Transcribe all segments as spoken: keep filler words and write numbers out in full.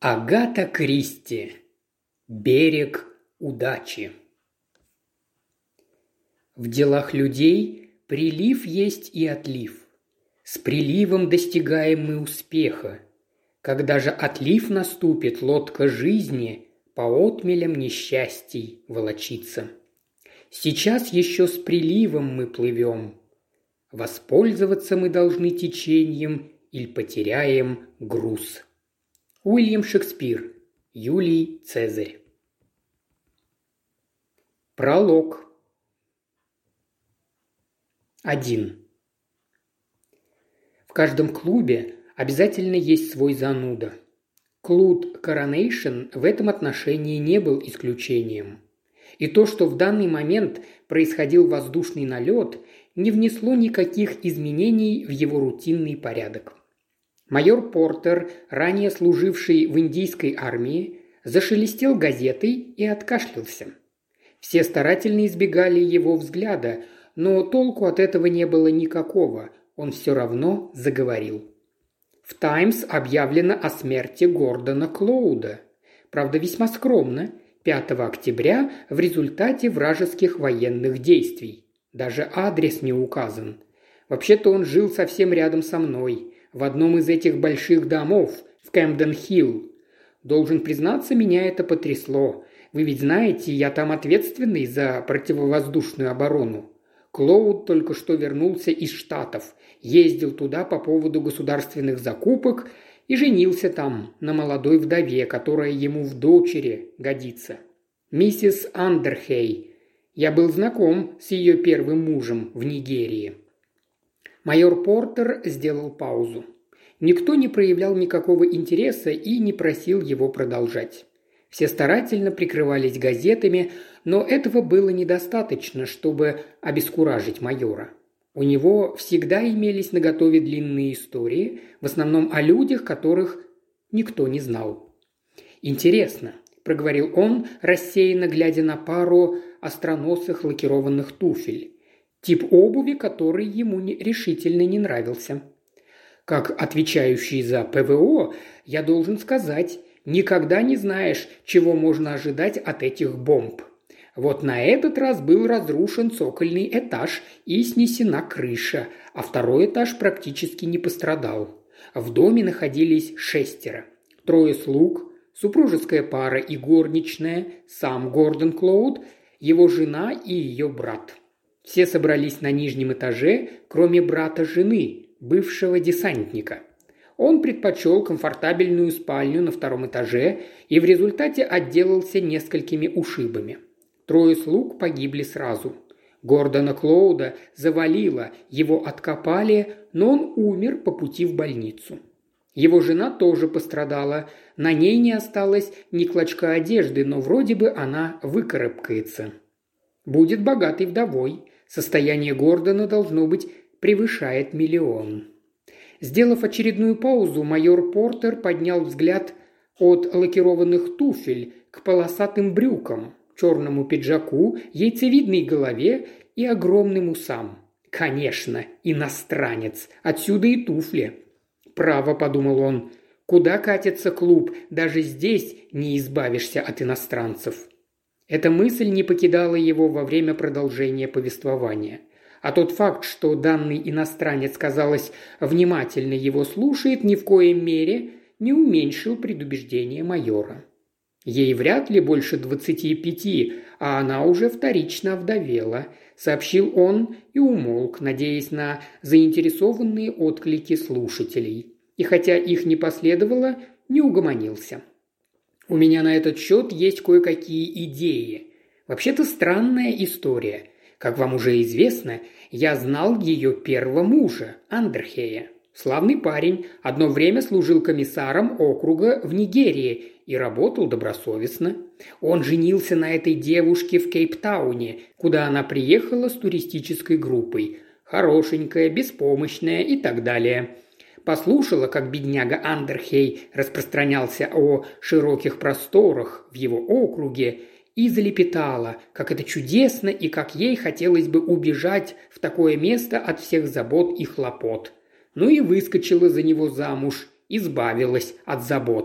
Агата Кристи. Берег удачи. В делах людей прилив есть и отлив. С приливом достигаем мы успеха. Когда же отлив наступит, лодка жизни по отмелям несчастий волочится. Сейчас еще с приливом мы плывем. Воспользоваться мы должны течением или потеряем груз. Уильям Шекспир. Юлий Цезарь. Пролог. один. В каждом клубе обязательно есть свой зануда. Клуб Coronation в этом отношении не был исключением. И то, что в данный момент происходил воздушный налет, не внесло никаких изменений в его рутинный порядок. Майор Портер, ранее служивший в индийской армии, зашелестел газетой и откашлялся. Все старательно избегали его взгляда, но толку от этого не было никакого, он все равно заговорил. В «Таймс» объявлено о смерти Гордона Клоуда. Правда, весьма скромно, пятого октября в результате вражеских военных действий. Даже адрес не указан. Вообще-то он жил совсем рядом со мной, в одном из этих больших домов, в Кэмден-Хилл. Должен признаться, меня это потрясло. Вы ведь знаете, я там ответственный за противовоздушную оборону. Клоуд только что вернулся из Штатов, ездил туда по поводу государственных закупок и женился там на молодой вдове, которая ему в дочери годится. Миссис Андерхей. Я был знаком с ее первым мужем в Нигерии. Майор Портер сделал паузу. Никто не проявлял никакого интереса и не просил его продолжать. Все старательно прикрывались газетами, но этого было недостаточно, чтобы обескуражить майора. У него всегда имелись наготове длинные истории, в основном о людях, которых никто не знал. «Интересно», – проговорил он, рассеянно глядя на пару остроносых лакированных туфель. Тип обуви, который ему не, решительно не нравился. Как отвечающий за ПВО, я должен сказать, никогда не знаешь, чего можно ожидать от этих бомб. Вот на этот раз был разрушен цокольный этаж и снесена крыша, а второй этаж практически не пострадал. В доме находились шестеро. Трое слуг, супружеская пара и горничная, сам Гордон Клоуд, его жена и ее брат. Все собрались на нижнем этаже, кроме брата жены, бывшего десантника. Он предпочел комфортабельную спальню на втором этаже и в результате отделался несколькими ушибами. Трое слуг погибли сразу. Гордона Клоуда завалило, его откопали, но он умер по пути в больницу. Его жена тоже пострадала, на ней не осталось ни клочка одежды, но вроде бы она выкарабкается. Будет богатой вдовой. Состояние Гордона, должно быть, превышает миллион. Сделав очередную паузу, майор Портер поднял взгляд от лакированных туфель к полосатым брюкам, черному пиджаку, яйцевидной голове и огромным усам. Конечно, иностранец, отсюда и туфли. «Право», – подумал он, – «куда катится клуб, даже здесь не избавишься от иностранцев». Эта мысль не покидала его во время продолжения повествования. А тот факт, что данный иностранец, казалось, внимательно его слушает, ни в коей мере не уменьшил предубеждение майора. Ей вряд ли больше двадцати пяти, а она уже вторично овдовела, сообщил он и умолк, надеясь на заинтересованные отклики слушателей. И хотя их не последовало, не угомонился. «У меня на этот счет есть кое-какие идеи. Вообще-то странная история. Как вам уже известно, я знал ее первого мужа, Андерхея. Славный парень, одно время служил комиссаром округа в Нигерии и работал добросовестно. Он женился на этой девушке в Кейптауне, куда она приехала с туристической группой. Хорошенькая, беспомощная и так далее. Послушала, как бедняга Андерхей распространялся о широких просторах в его округе, и залепетала, как это чудесно и как ей хотелось бы убежать в такое место от всех забот и хлопот. Ну и выскочила за него замуж, избавилась от забот.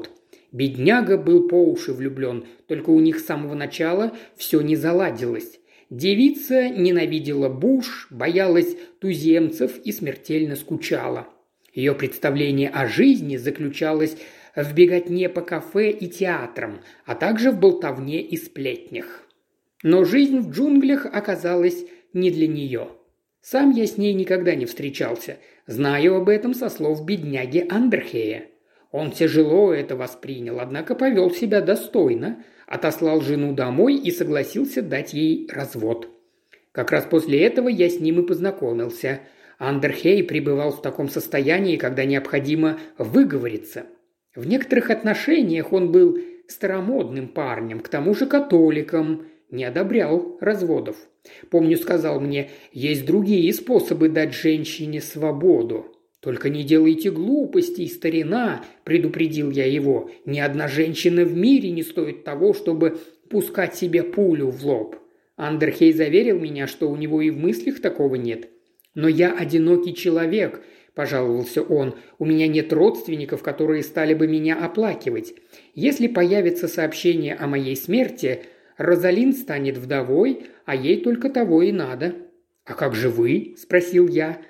Бедняга был по уши влюблен, только у них с самого начала все не заладилось. Девица ненавидела Буш, боялась туземцев и смертельно скучала. Ее представление о жизни заключалось в беготне по кафе и театрам, а также в болтовне и сплетнях. Но жизнь в джунглях оказалась не для нее. Сам я с ней никогда не встречался, знаю об этом со слов бедняги Андерхея. Он тяжело это воспринял, однако повел себя достойно, отослал жену домой и согласился дать ей развод. Как раз после этого я с ним и познакомился. Андерхей пребывал в таком состоянии, когда необходимо выговориться. В некоторых отношениях он был старомодным парнем, к тому же католиком, не одобрял разводов. Помню, сказал мне, есть другие способы дать женщине свободу. «Только не делайте глупостей, старина», – предупредил я его. «Ни одна женщина в мире не стоит того, чтобы пускать себе пулю в лоб». Андерхей заверил меня, что у него и в мыслях такого нет. «Но я одинокий человек», – пожаловался он. «У меня нет родственников, которые стали бы меня оплакивать. Если появится сообщение о моей смерти, Розалин станет вдовой, а ей только того и надо». «А как же вы?» – спросил я.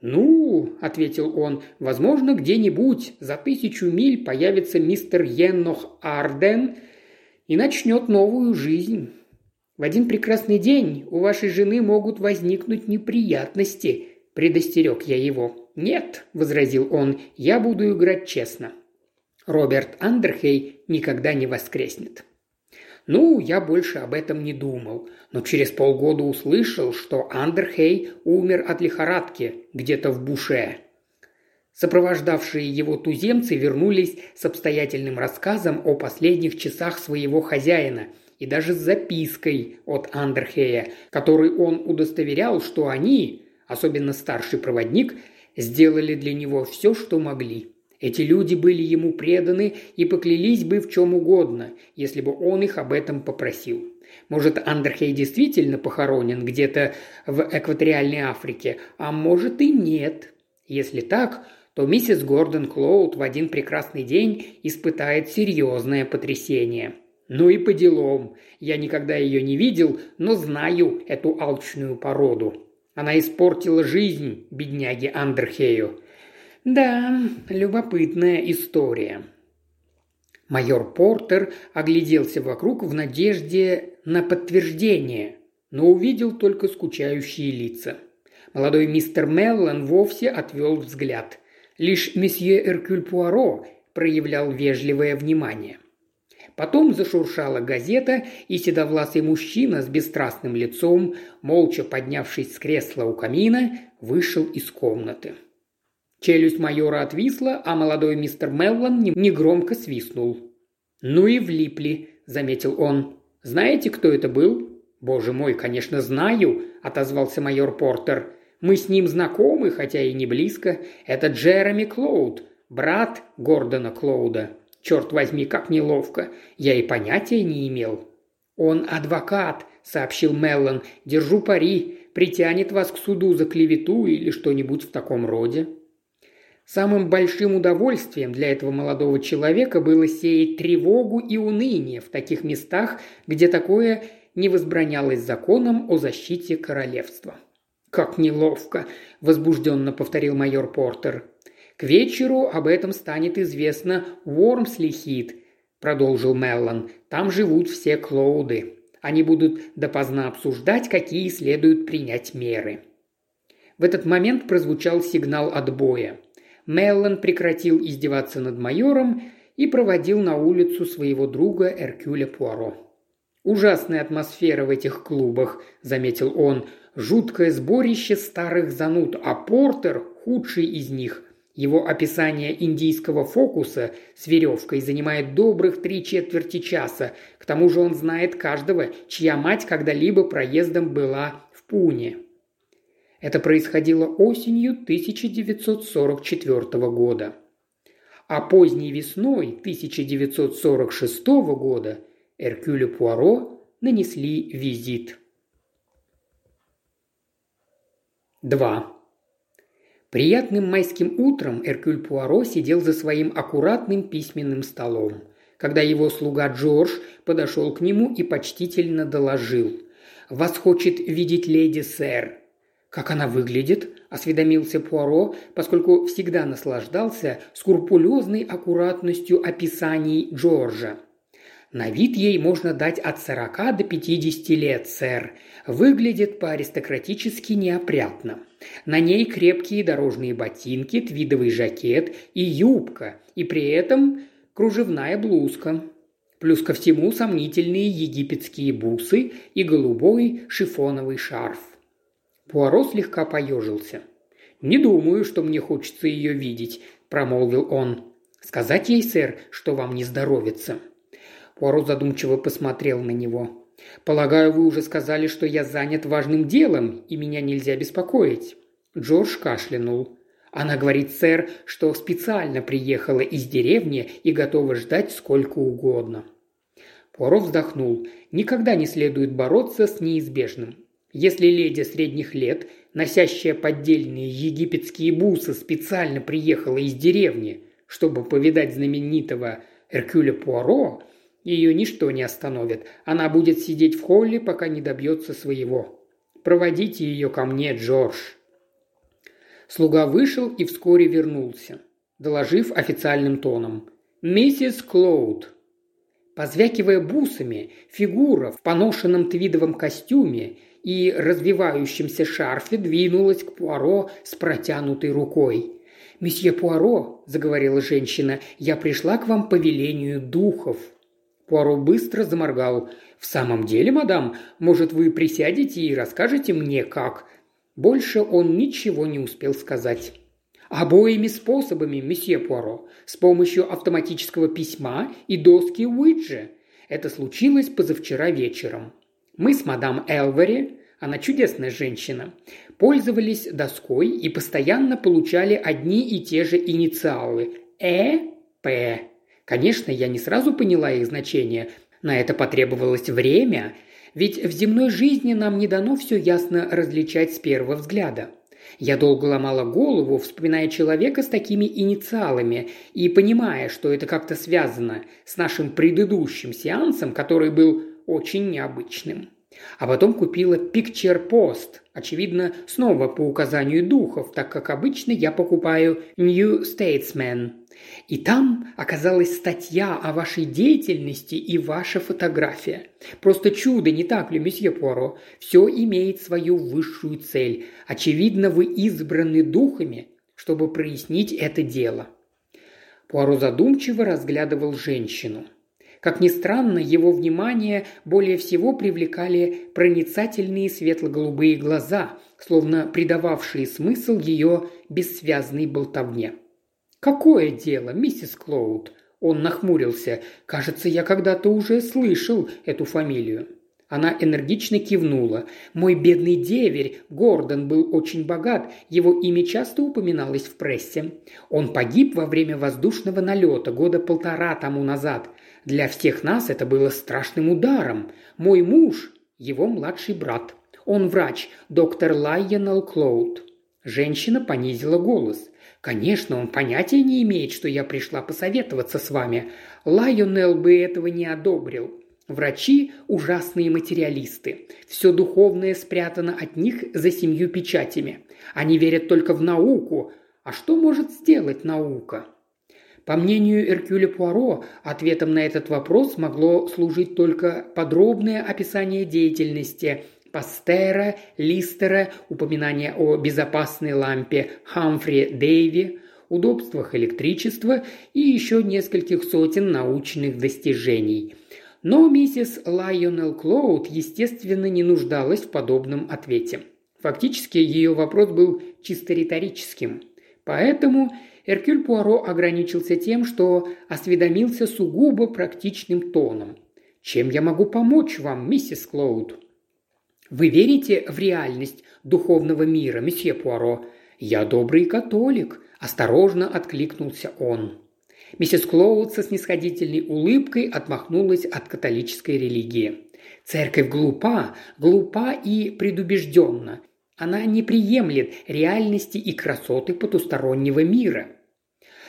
«Ну, – ответил он, – возможно, где-нибудь за тысячу миль появится мистер Еннох Арден и начнет новую жизнь. В один прекрасный день у вашей жены могут возникнуть неприятности», – предостерег я его. «Нет», – возразил он, – «я буду играть честно. Роберт Андерхей никогда не воскреснет». Ну, я больше об этом не думал, но через полгода услышал, что Андерхей умер от лихорадки где-то в буше. Сопровождавшие его туземцы вернулись с обстоятельным рассказом о последних часах своего хозяина и даже с запиской от Андерхея, которой он удостоверял, что они, особенно старший проводник, сделали для него все, что могли. Эти люди были ему преданы и поклялись бы в чем угодно, если бы он их об этом попросил. Может, Андерхей действительно похоронен где-то в экваториальной Африке, а может и нет. Если так, то миссис Гордон Клоуд в один прекрасный день испытает серьезное потрясение. Ну и по делам. Я никогда ее не видел, но знаю эту алчную породу. Она испортила жизнь бедняге Андерхею. Да, любопытная история. Майор Портер огляделся вокруг в надежде на подтверждение, но увидел только скучающие лица. Молодой мистер Меллон вовсе отвел взгляд. Лишь месье Эркюль Пуаро проявлял вежливое внимание. Потом зашуршала газета, и седовласый мужчина с бесстрастным лицом, молча поднявшись с кресла у камина, вышел из комнаты. Челюсть майора отвисла, а молодой мистер Меллон негромко свистнул. «Ну и влипли», – заметил он. «Знаете, кто это был?» «Боже мой, конечно, знаю», – отозвался майор Портер. «Мы с ним знакомы, хотя и не близко. Это Джереми Клоуд, брат Гордона Клоуда. Черт возьми, как неловко. Я и понятия не имел». «Он адвокат», – сообщил Меллон. «Держу пари. Притянет вас к суду за клевету или что-нибудь в таком роде». Самым большим удовольствием для этого молодого человека было сеять тревогу и уныние в таких местах, где такое не возбранялось законом о защите королевства. «Как неловко!» – возбужденно повторил майор Портер. «К вечеру об этом станет известно Уормсли-Хит», – продолжил Меллон. «Там живут все Клоуды. Они будут допоздна обсуждать, какие следует принять меры». В этот момент прозвучал сигнал отбоя. Меллон прекратил издеваться над майором и проводил на улицу своего друга Эркюля Пуаро. «Ужасная атмосфера в этих клубах», – заметил он. «Жуткое сборище старых зануд, а Портер – худший из них. Его описание индийского фокуса с веревкой занимает добрых три четверти часа. К тому же он знает каждого, чья мать когда-либо проездом была в Пуне». Это происходило осенью тысяча девятьсот сорок четвёртого года. А поздней весной тысяча девятьсот сорок шестого года Эркюлю Пуаро нанесли визит. два. Приятным майским утром Эркюль Пуаро сидел за своим аккуратным письменным столом. когда его слуга Джордж подошел к нему и почтительно доложил. «Вас хочет видеть леди, сэр». «Как она выглядит?» – осведомился Пуаро, поскольку всегда наслаждался скрупулезной аккуратностью описаний Джорджа. «На вид ей можно дать от сорока до пятидесяти лет, сэр. Выглядит по-аристократически неопрятно. На ней крепкие дорожные ботинки, твидовый жакет и юбка, и при этом кружевная блузка. Плюс ко всему сомнительные египетские бусы и голубой шифоновый шарф». Пуаро слегка поежился. «Не думаю, что мне хочется ее видеть», – промолвил он. «Сказать ей, сэр, что вам не здоровится?» Пуаро задумчиво посмотрел на него. «Полагаю, вы уже сказали, что я занят важным делом, и меня нельзя беспокоить». Джордж кашлянул. «Она говорит, сэр, что специально приехала из деревни и готова ждать сколько угодно». Пуаро вздохнул. «Никогда не следует бороться с неизбежным. Если леди средних лет, носящая поддельные египетские бусы, специально приехала из деревни, чтобы повидать знаменитого Эркюля Пуаро, ее ничто не остановит. Она будет сидеть в холле, пока не добьется своего. Проводите ее ко мне, Джордж». Слуга вышел и вскоре вернулся, доложив официальным тоном. «Миссис Клоуд». Позвякивая бусами, фигура в поношенном твидовом костюме и развивающемся шарфе двинулась к Пуаро с протянутой рукой. «Месье Пуаро», – заговорила женщина, – «я пришла к вам по велению духов». Пуаро быстро заморгал. «В самом деле, мадам, может, вы присядете и расскажете мне, как?» Больше он ничего не успел сказать. «Обоими способами, месье Пуаро, с помощью автоматического письма и доски Уиджи. Это случилось позавчера вечером. Мы с мадам Элвери, она чудесная женщина, пользовались доской и постоянно получали одни и те же инициалы – Э П. Конечно, я не сразу поняла их значение. На это потребовалось время, ведь в земной жизни нам не дано все ясно различать с первого взгляда. Я долго ломала голову, вспоминая человека с такими инициалами и понимая, что это как-то связано с нашим предыдущим сеансом, который был очень необычным. А потом купила Picture Post, очевидно, снова по указанию духов, так как обычно я покупаю New Statesman. И там оказалась статья о вашей деятельности и ваша фотография. Просто чудо, не так ли, месье Пуаро? Все имеет свою высшую цель. Очевидно, вы избраны духами, чтобы прояснить это дело». Пуаро задумчиво разглядывал женщину. Как ни странно, его внимание более всего привлекали проницательные светло-голубые глаза, словно придававшие смысл ее бессвязной болтовне. «Какое дело, миссис Клоуд?» Он нахмурился. «Кажется, я когда-то уже слышал эту фамилию». Она энергично кивнула. «Мой бедный деверь Гордон был очень богат, его имя часто упоминалось в прессе. Он погиб во время воздушного налета года полтора тому назад. Для всех нас это было страшным ударом. Мой муж – его младший брат. Он врач, доктор Лайонел Клоуд». Женщина понизила голос. «Конечно, он понятия не имеет, что я пришла посоветоваться с вами. Лайонел бы этого не одобрил. Врачи – ужасные материалисты. Все духовное спрятано от них за семью печатями. Они верят только в науку. А что может сделать наука?» По мнению Эркюля Пуаро, ответом на этот вопрос могло служить только подробное описание деятельности Пастера, Листера, упоминание о безопасной лампе Хамфри Дейви, удобствах электричества и еще нескольких сотен научных достижений. Но миссис Лайонел Клоуд, естественно, не нуждалась в подобном ответе. Фактически ее вопрос был чисто риторическим. Поэтому Эркюль Пуаро ограничился тем, что осведомился сугубо практичным тоном. «Чем я могу помочь вам, миссис Клоуд?» «Вы верите в реальность духовного мира, месье Пуаро?» «Я добрый католик», – осторожно откликнулся он. Миссис Клоуд со снисходительной улыбкой отмахнулась от католической религии. «Церковь глупа, глупа и предубежденна. Она не приемлет реальности и красоты потустороннего мира».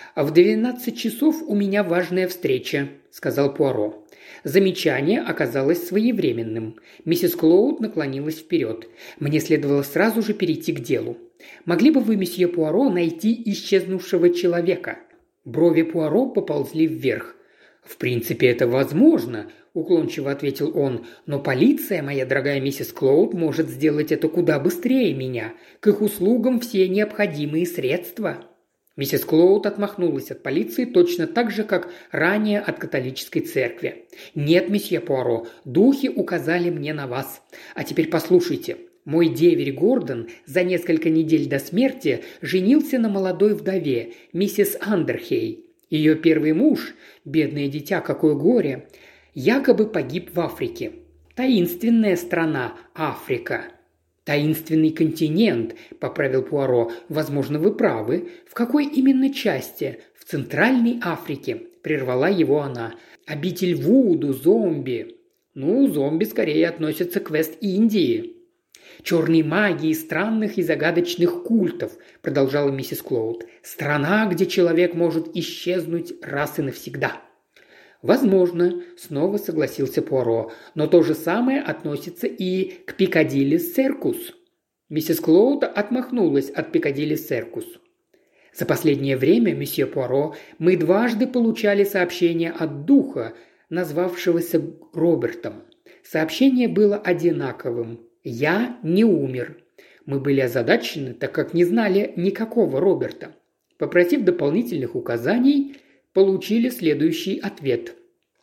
«В двенадцать часов у меня важная встреча», – сказал Пуаро. Замечание оказалось своевременным. Миссис Клоуд наклонилась вперед. «Мне следовало сразу же перейти к делу. Могли бы вы, месье Пуаро, найти исчезнувшего человека?» Брови Пуаро поползли вверх. «В принципе, это возможно», – уклончиво ответил он, – «но полиция, моя дорогая миссис Клоуд, может сделать это куда быстрее меня. К их услугам все необходимые средства». Миссис Клоуд отмахнулась от полиции точно так же, как ранее от католической церкви. «Нет, месье Пуаро, духи указали мне на вас. А теперь послушайте. Мой деверь Гордон за несколько недель до смерти женился на молодой вдове, миссис Андерхей. Ее первый муж, бедное дитя, какое горе, якобы погиб в Африке. Таинственная страна Африка». «Таинственный континент», – поправил Пуаро. «Возможно, вы правы. В какой именно части? В Центральной Африке», – прервала его она. «Обитель Вуду, зомби». «Ну, зомби скорее относятся к Вест-Индии». «Черной магии, странных и загадочных культов», – продолжала миссис Клоуд. «Страна, где человек может исчезнуть раз и навсегда». «Возможно», – снова согласился Пуаро, – «но то же самое относится и к Пикадилли Серкус». Миссис Клоуд отмахнулась от Пикадилли Серкус. «За последнее время, месье Пуаро, мы дважды получали сообщение от духа, назвавшегося Робертом. Сообщение было одинаковым. «Я не умер». Мы были озадачены, так как не знали никакого Роберта. Попросив дополнительных указаний, получили следующий ответ.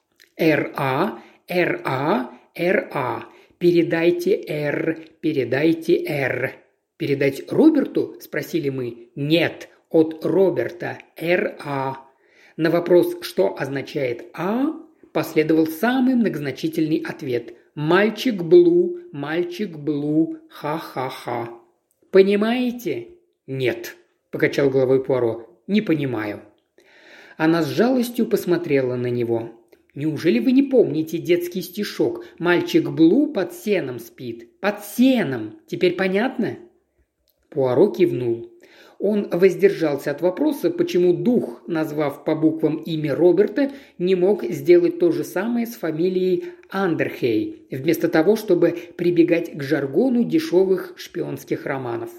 «Р.А., Р.А., Р.А. Передайте Р, передайте Р». «Передать Роберту?» – спросили мы. «Нет, от Роберта, Р.А». На вопрос, что означает «А», последовал самый многозначительный ответ. «Мальчик Блу, мальчик Блу, ха-ха-ха». «Понимаете?» «Нет», – покачал головой Пуаро. «Не понимаю». Она с жалостью посмотрела на него. «Неужели вы не помните детский стишок? Мальчик Блу под сеном спит. Под сеном. Теперь понятно?» Пуаро кивнул. Он воздержался от вопроса, почему дух, назвав по буквам имя Роберта, не мог сделать то же самое с фамилией Андерхей, вместо того, чтобы прибегать к жаргону дешевых шпионских романов.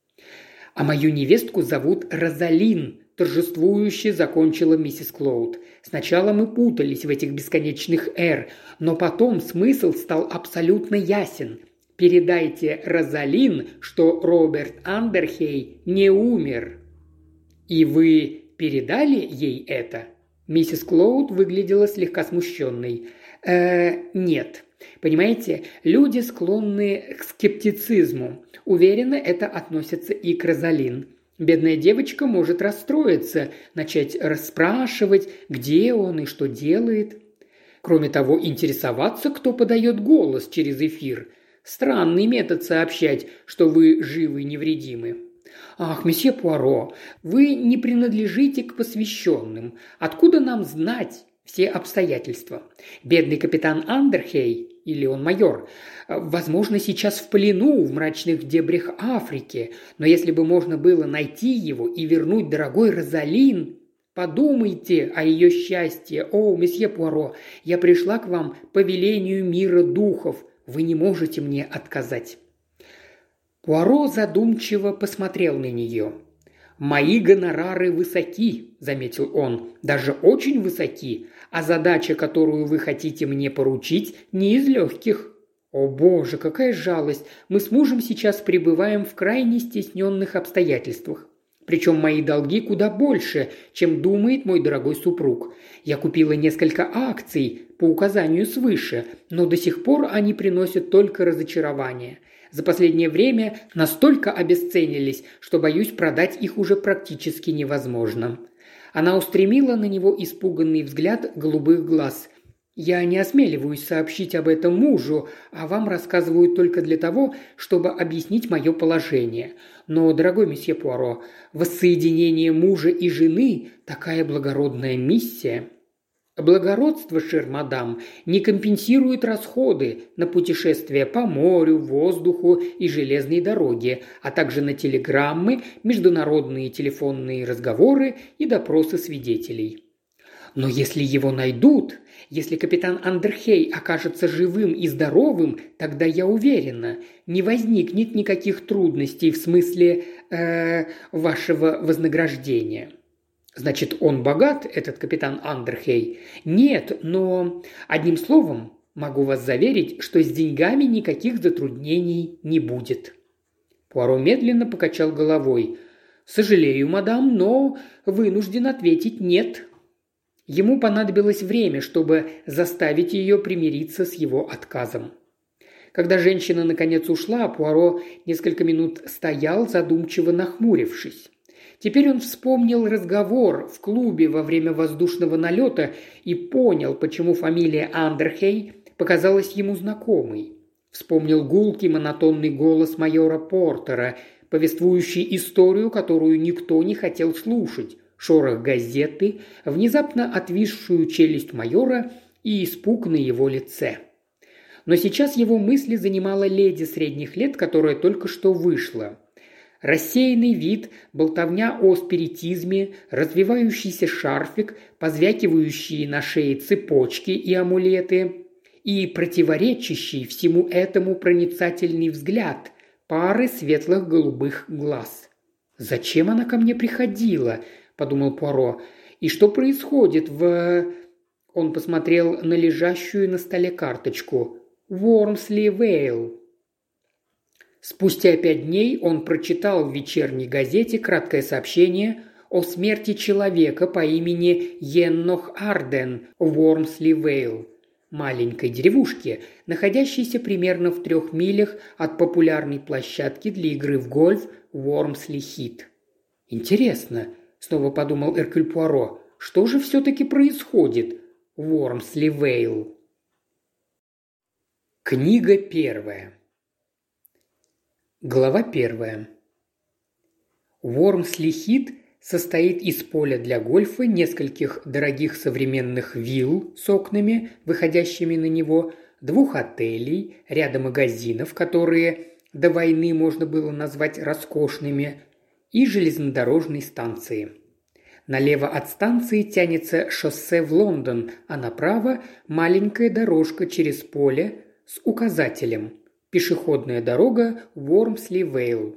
«А мою невестку зовут Розалин», – торжествующе закончила миссис Клоуд. «Сначала мы путались в этих бесконечных «р», но потом смысл стал абсолютно ясен. Передайте Розалин, что Роберт Андерхей не умер». «И вы передали ей это?» Миссис Клоуд выглядела слегка смущенной. «Э, нет. Понимаете, люди склонны к скептицизму. Уверена, это относится и к Розалин. Бедная девочка может расстроиться, начать расспрашивать, где он и что делает. Кроме того, интересоваться, кто подает голос через эфир. Странный метод сообщать, что вы живы и невредимы». «Ах, месье Пуаро, вы не принадлежите к посвященным. Откуда нам знать все обстоятельства? Бедный капитан Андерхей, или он майор, возможно, сейчас в плену в мрачных дебрях Африки, но если бы можно было найти его и вернуть дорогой Розалин... Подумайте о ее счастье. О, месье Пуаро, я пришла к вам по велению мира духов. Вы не можете мне отказать». Пуаро задумчиво посмотрел на нее. «Мои гонорары высоки», – заметил он, – «даже очень высоки, а задача, которую вы хотите мне поручить, не из легких». «О боже, какая жалость! Мы с мужем сейчас пребываем в крайне стесненных обстоятельствах. Причем мои долги куда больше, чем думает мой дорогой супруг. Я купила несколько акций по указанию свыше, но до сих пор они приносят только разочарование. За последнее время настолько обесценились, что, боюсь, продать их уже практически невозможно». Она устремила на него испуганный взгляд голубых глаз. «Я не осмеливаюсь сообщить об этом мужу, а вам рассказываю только для того, чтобы объяснить мое положение. Но, дорогой месье Пуаро, воссоединение мужа и жены – такая благородная миссия». Благородство, шер мадам, не компенсирует расходы на путешествия по морю, воздуху и железной дороге, а также на телеграммы, международные телефонные разговоры и допросы свидетелей. Но если его найдут, если капитан Андерхей окажется живым и здоровым, тогда, я уверена, не возникнет никаких трудностей в смысле э, вашего вознаграждения. Значит, он богат, этот капитан Андерхей? Нет, но, одним словом, могу вас заверить, что с деньгами никаких затруднений не будет. Пуаро медленно покачал головой. «Сожалею, мадам, но вынужден ответить «нет». Ему понадобилось время, чтобы заставить ее примириться с его отказом. Когда женщина наконец ушла, Пуаро несколько минут стоял, задумчиво нахмурившись. Теперь он вспомнил разговор в клубе во время воздушного налета и понял, почему фамилия Андерхей показалась ему знакомой. Вспомнил гулкий монотонный голос майора Портера, повествующий историю, которую никто не хотел слушать, шорох газеты, внезапно отвисшую челюсть майора и испуг на его лице. Но сейчас его мысли занимала леди средних лет, которая только что вышла. Рассеянный вид, болтовня о спиритизме, развивающийся шарфик, позвякивающие на шее цепочки и амулеты и противоречащий всему этому проницательный взгляд пары светлых голубых глаз. «Зачем она ко мне приходила?» – подумал Пуаро. «И что происходит в...» Он посмотрел на лежащую на столе карточку. «Уормсли Вейл». Спустя пять дней он прочитал в вечерней газете краткое сообщение о смерти человека по имени Йеннох Арден в Уормсли Вейл, маленькой деревушке, находящейся примерно в трех милях от популярной площадки для игры в гольф Уормсли Хит. «Интересно», – снова подумал Эркюль Пуаро, – «что же все-таки происходит в Уормсли Вейл?» Книга первая. Глава первая. Уормсли Хит состоит из поля для гольфа, нескольких дорогих современных вилл с окнами, выходящими на него, двух отелей, ряда магазинов, которые до войны можно было назвать роскошными, и железнодорожной станции. Налево от станции тянется шоссе в Лондон, а направо – маленькая дорожка через поле с указателем «Пешеходная дорога Уормсли-Вейл».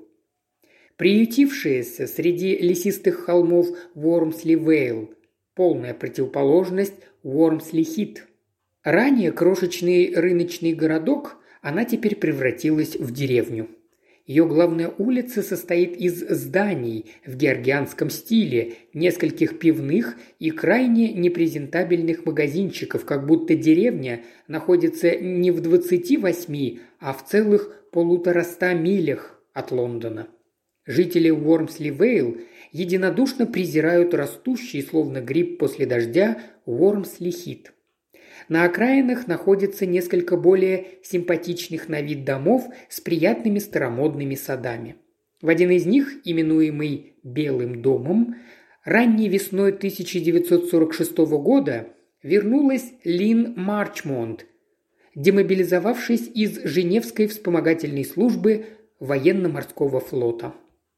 Приютившаяся среди лесистых холмов Уормсли-Вейл – полная противоположность Уормсли-Хит. Ранее крошечный рыночный городок, она теперь превратилась в деревню. Ее главная улица состоит из зданий в георгианском стиле, нескольких пивных и крайне непрезентабельных магазинчиков, как будто деревня находится не в двадцати восьми, а в целых полутораста милях от Лондона. Жители Уормсли-Вейл единодушно презирают растущий, словно гриб после дождя, Уормсли-Хит. На окраинах находится несколько более симпатичных на вид домов с приятными старомодными садами. В один из них, именуемый «Белым домом», ранней весной тысяча девятьсот сорок шестого года вернулась Лин Марчмонт, демобилизовавшись из Женевской вспомогательной службы военно-морского флота.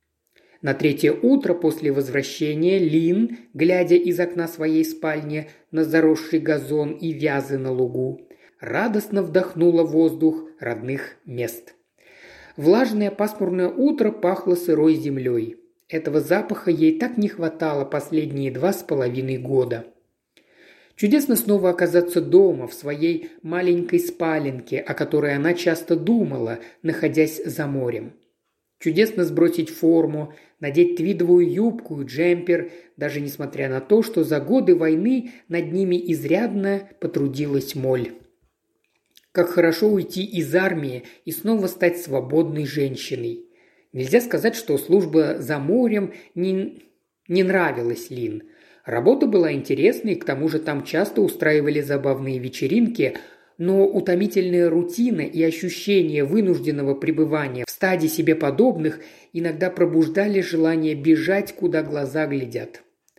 На третье утро после возвращения Лин, глядя из окна своей спальни на заросший газон и вязы на лугу, радостно вдохнула воздух родных мест. Влажное пасмурное утро пахло сырой землей. Этого запаха ей так не хватало последние два с половиной года. Чудесно снова оказаться дома, в своей маленькой спаленке, о которой она часто думала, находясь за морем. Чудесно сбросить форму, надеть твидовую юбку и джемпер, даже несмотря на то, что за годы войны над ними изрядно потрудилась моль. Как хорошо уйти из армии и снова стать свободной женщиной. Нельзя сказать, что служба за морем не, не нравилась Лин. Работа была интересной, к тому же там часто устраивали забавные вечеринки, но утомительная рутина и ощущение вынужденного пребывания в стаде себе подобных иногда пробуждали желание бежать, куда глаза глядят.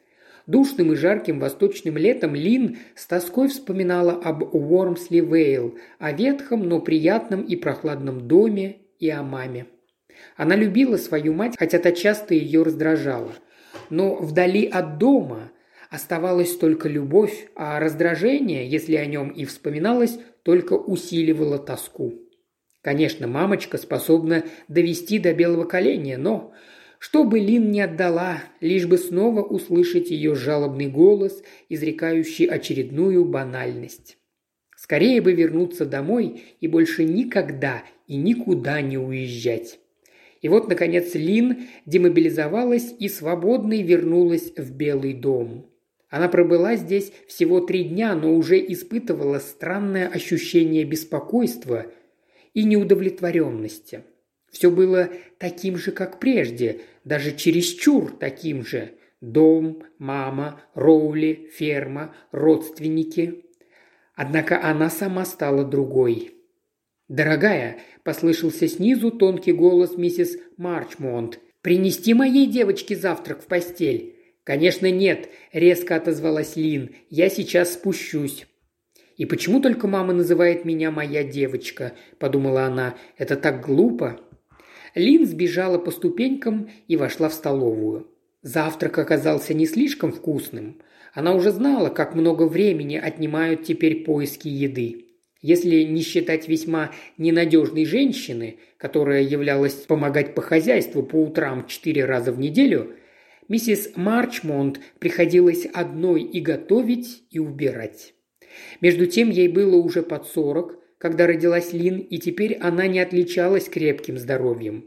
Душным и жарким восточным летом Лин с тоской вспоминала об Уормсли-Вейл, о ветхом, но приятном и прохладном доме и о маме. Она любила свою мать, хотя та часто ее раздражала. Но вдали от дома оставалась только любовь, а раздражение, если о нем и вспоминалось, только усиливало тоску. Конечно, мамочка способна довести до белого коленя, но что бы Лин не отдала, лишь бы снова услышать ее жалобный голос, изрекающий очередную банальность. Скорее бы вернуться домой и больше никогда и никуда не уезжать. И вот, наконец, Лин демобилизовалась и свободной вернулась в Белый дом. Она пробыла здесь всего три дня, но уже испытывала странное ощущение беспокойства и неудовлетворенности. Все было таким же, как прежде, даже чересчур таким же. Дом, мама, Роули, ферма, родственники. Однако она сама стала другой. «Дорогая», – послышался снизу тонкий голос миссис Марчмонт, – «принести моей девочке завтрак в постель?» «Конечно нет», – резко отозвалась Лин, – «я сейчас спущусь». «И почему только мама называет меня моя девочка?» – подумала она. «Это так глупо». Лин сбежала по ступенькам и вошла в столовую. Завтрак оказался не слишком вкусным. Она уже знала, как много времени отнимают теперь поиски еды. Если не считать весьма ненадежной женщины, которая являлась помогать по хозяйству по утрам четыре раза в неделю, миссис Марчмонт приходилось одной и готовить, и убирать. Между тем ей было уже под сорок, когда родилась Лин, и теперь она не отличалась крепким здоровьем.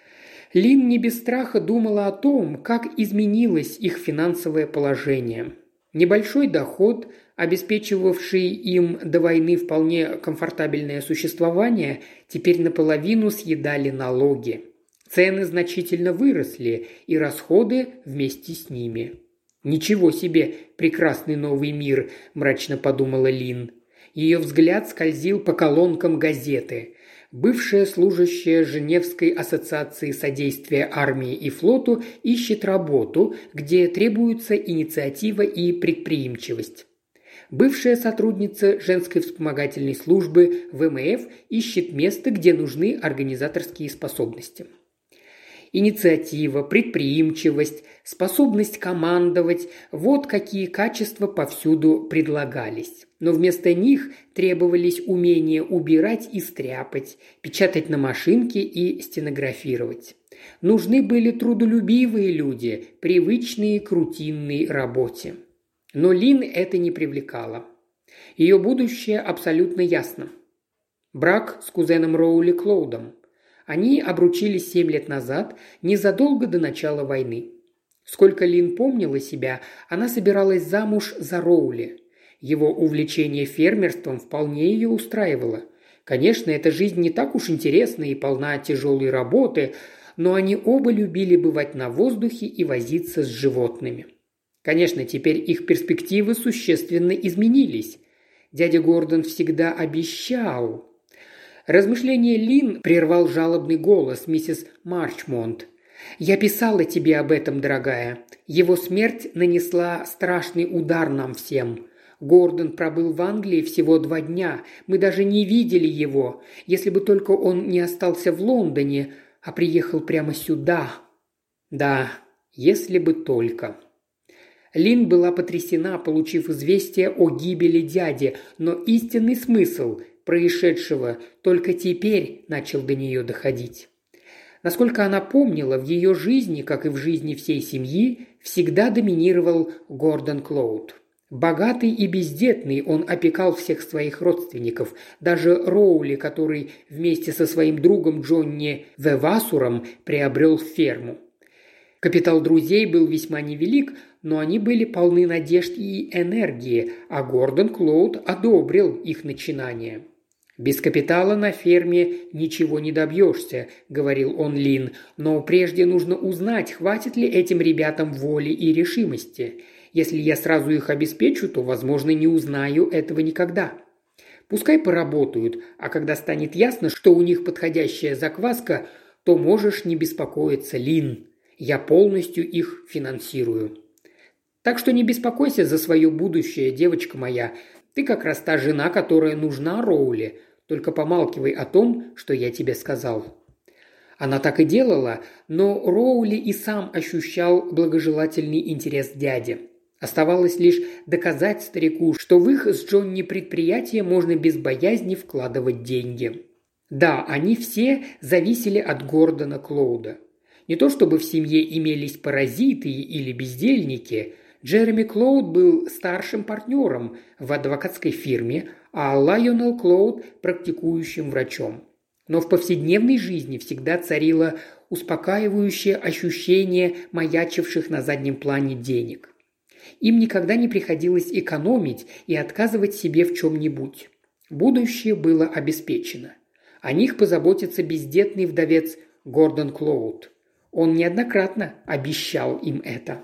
Лин не без страха думала о том, как изменилось их финансовое положение. Небольшой доход, обеспечивавший им до войны вполне комфортабельное существование, теперь наполовину съедали налоги. Цены значительно выросли, и расходы вместе с ними. «Ничего себе, прекрасный новый мир», – мрачно подумала Лин. Ее взгляд скользил по колонкам газеты. Бывшая служащая Женевской ассоциации содействия армии и флоту ищет работу, где требуется инициатива и предприимчивость. Бывшая сотрудница женской вспомогательной службы В М Ф ищет место, где нужны организаторские способности. Инициатива, предприимчивость, способность командовать – вот какие качества повсюду предлагались. Но вместо них требовались умения убирать и стряпать, печатать на машинке и стенографировать. Нужны были трудолюбивые люди, привычные к рутинной работе. Но Лин это не привлекало. Ее будущее абсолютно ясно. Брак с кузеном Роули Клоудом. Они обручились семь лет назад, незадолго до начала войны. Сколько Лин помнила себя, она собиралась замуж за Роули. Его увлечение фермерством вполне ее устраивало. Конечно, эта жизнь не так уж интересна и полна тяжелой работы, но они оба любили бывать на воздухе и возиться с животными. Конечно, теперь их перспективы существенно изменились. Дядя Гордон всегда обещал... Размышление Лин прервал жалобный голос миссис Марчмонт. «Я писала тебе об этом, дорогая. Его смерть нанесла страшный удар нам всем. Гордон пробыл в Англии всего два дня. Мы даже не видели его. Если бы только он не остался в Лондоне, а приехал прямо сюда. Да, если бы только». Лин была потрясена, получив известие о гибели дяди, но истинный смысл происшедшего только теперь начал до нее доходить. Насколько она помнила, в ее жизни, как и в жизни всей семьи, всегда доминировал Гордон Клоуд. Богатый и бездетный, он опекал всех своих родственников, даже Роули, который вместе со своим другом Джонни Вевасуром приобрел ферму. Капитал друзей был весьма невелик, но они были полны надежд и энергии, а Гордон Клоуд одобрил их начинание. «Без капитала на ферме ничего не добьешься», – говорил он Лин, – «но прежде нужно узнать, хватит ли этим ребятам воли и решимости. Если я сразу их обеспечу, то, возможно, не узнаю этого никогда. Пускай поработают, а когда станет ясно, что у них подходящая закваска, то можешь не беспокоиться, Лин. Я полностью их финансирую». Так что не беспокойся за свое будущее, девочка моя. Ты как раз та жена, которая нужна Роули. Только помалкивай о том, что я тебе сказал». Она так и делала, но Роули и сам ощущал благожелательный интерес дяди. Оставалось лишь доказать старику, что в их с Джонни предприятие можно без боязни вкладывать деньги. Да, они все зависели от Гордона Клоуда. Не то чтобы в семье имелись паразиты или бездельники. Джереми Клоуд был старшим партнером в адвокатской фирме, а Лайонел Клоуд – практикующим врачом. Но в повседневной жизни всегда царило успокаивающее ощущение маячивших на заднем плане денег. Им никогда не приходилось экономить и отказывать себе в чем-нибудь. Будущее было обеспечено. О них позаботится бездетный вдовец Гордон Клоуд. Он неоднократно обещал им это.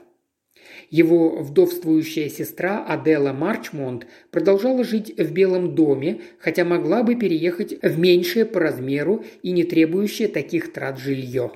Его вдовствующая сестра Адела Марчмонт продолжала жить в Белом доме, хотя могла бы переехать в меньшее по размеру и не требующее таких трат жилье.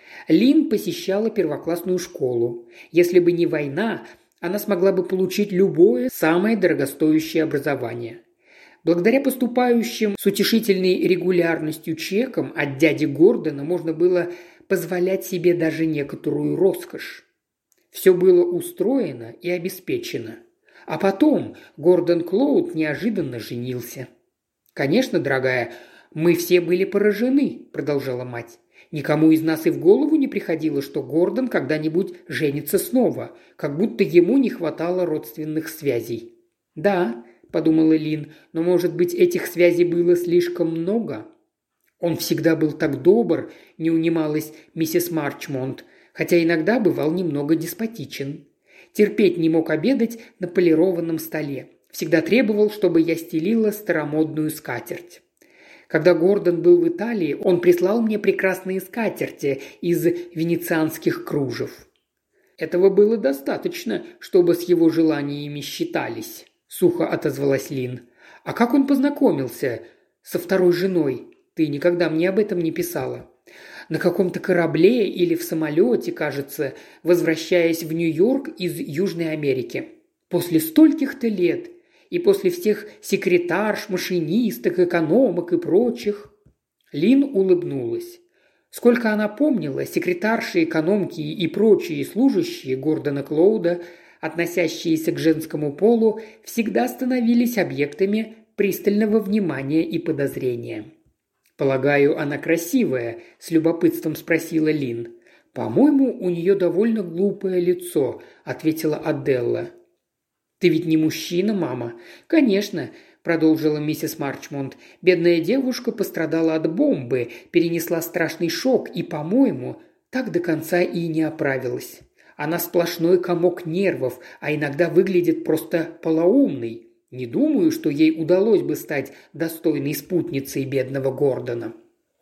Лин посещала первоклассную школу. Если бы не война, она смогла бы получить любое самое дорогостоящее образование. Благодаря поступающим с утешительной регулярностью чекам от дяди Гордона можно было позволять себе даже некоторую роскошь. Все было устроено и обеспечено. А потом Гордон Клоуд неожиданно женился. «Конечно, дорогая, мы все были поражены», – продолжала мать. «Никому из нас и в голову не приходило, что Гордон когда-нибудь женится снова, как будто ему не хватало родственных связей». «Да», – подумала Лин, – «но, может быть, этих связей было слишком много?» «Он всегда был так добр», – не унималась миссис Марчмонт, хотя иногда бывал немного деспотичен. Терпеть не мог обедать на полированном столе. Всегда требовал, чтобы я стелила старомодную скатерть. Когда Гордон был в Италии, он прислал мне прекрасные скатерти из венецианских кружев. Этого было достаточно, чтобы с его желаниями считались, сухо отозвалась Лин. А как он познакомился со второй женой? Ты никогда мне об этом не писала. На каком-то корабле или в самолете, кажется, возвращаясь в Нью-Йорк из Южной Америки. После стольких-то лет и после всех секретарш, машинисток, экономок и прочих. Лин улыбнулась. Сколько она помнила, секретарши, экономки и прочие служащие Гордона Клоуда, относящиеся к женскому полу, всегда становились объектами пристального внимания и подозрения. «Полагаю, она красивая?» – с любопытством спросила Лин. «По-моему, у нее довольно глупое лицо», – ответила Аделла. «Ты ведь не мужчина, мама?» «Конечно», – продолжила миссис Марчмонт. «Бедная девушка пострадала от бомбы, перенесла страшный шок и, по-моему, так до конца и не оправилась. Она сплошной комок нервов, а иногда выглядит просто полоумной. Не думаю, что ей удалось бы стать достойной спутницей бедного Гордона».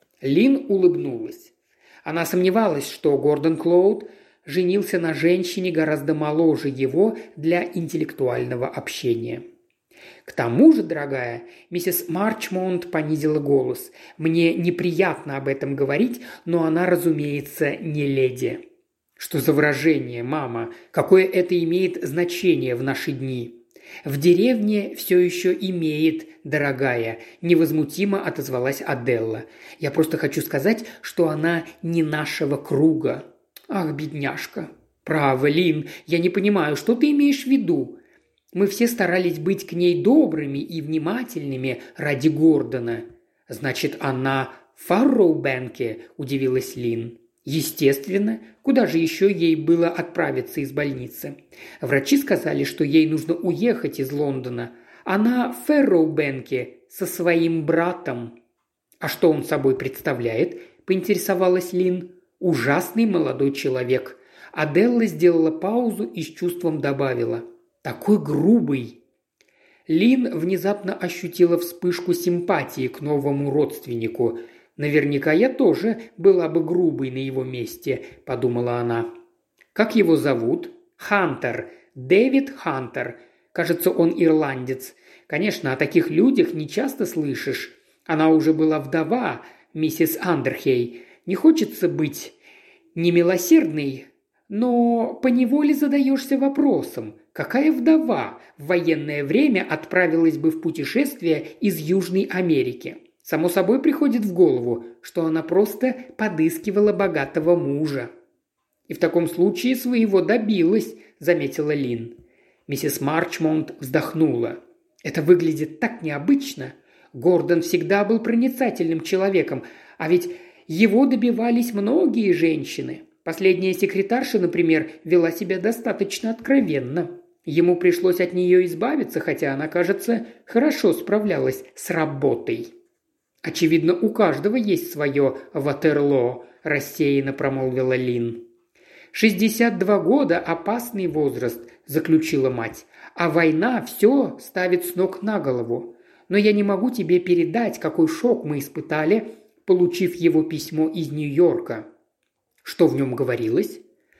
Лин улыбнулась. Она сомневалась, что Гордон Клоуд женился на женщине гораздо моложе его для интеллектуального общения. «К тому же, дорогая», – миссис Марчмонт понизила голос, – «мне неприятно об этом говорить, но она, разумеется, не леди». «Что за выражение, мама? Какое это имеет значение в наши дни?» «В деревне все еще имеет, дорогая», – невозмутимо отозвалась Аделла. «Я просто хочу сказать, что она не нашего круга». «Ах, бедняжка». «Право, Лин, я не понимаю, что ты имеешь в виду? Мы все старались быть к ней добрыми и внимательными ради Гордона». «Значит, она в Фарроубенке?» – удивилась Лин. «Естественно. Куда же еще ей было отправиться из больницы? Врачи сказали, что ей нужно уехать из Лондона. Она в Фэрроубенке со своим братом». «А что он собой представляет?» – поинтересовалась Лин. «Ужасный молодой человек». Аделла сделала паузу и с чувством добавила. «Такой грубый». Лин внезапно ощутила вспышку симпатии к новому родственнику. «Наверняка я тоже была бы грубой на его месте», – подумала она. «Как его зовут?» «Хантер. Дэвид Хантер. Кажется, он ирландец. Конечно, о таких людях не часто слышишь. Она уже была вдова, миссис Андерхей. Не хочется быть немилосердной, Но поневоле задаешься вопросом, какая вдова в военное время отправилась бы в путешествие из Южной Америки? Само собой приходит в голову, что она просто подыскивала богатого мужа. «И в таком случае своего добилась», – заметила Лин. Миссис Марчмонт вздохнула. «Это выглядит так необычно. Гордон всегда был проницательным человеком, а ведь его добивались многие женщины. Последняя секретарша, например, вела себя достаточно откровенно. Ему пришлось от нее избавиться, хотя она, кажется, хорошо справлялась с работой». «Очевидно, у каждого есть свое Ватерлоо», – рассеянно промолвила Лин. «Шестьдесят два года – опасный возраст», – заключила мать. «А война все ставит с ног на голову. Но я не могу тебе передать, какой шок мы испытали, получив его письмо из Нью-Йорка». «Что в нем говорилось?»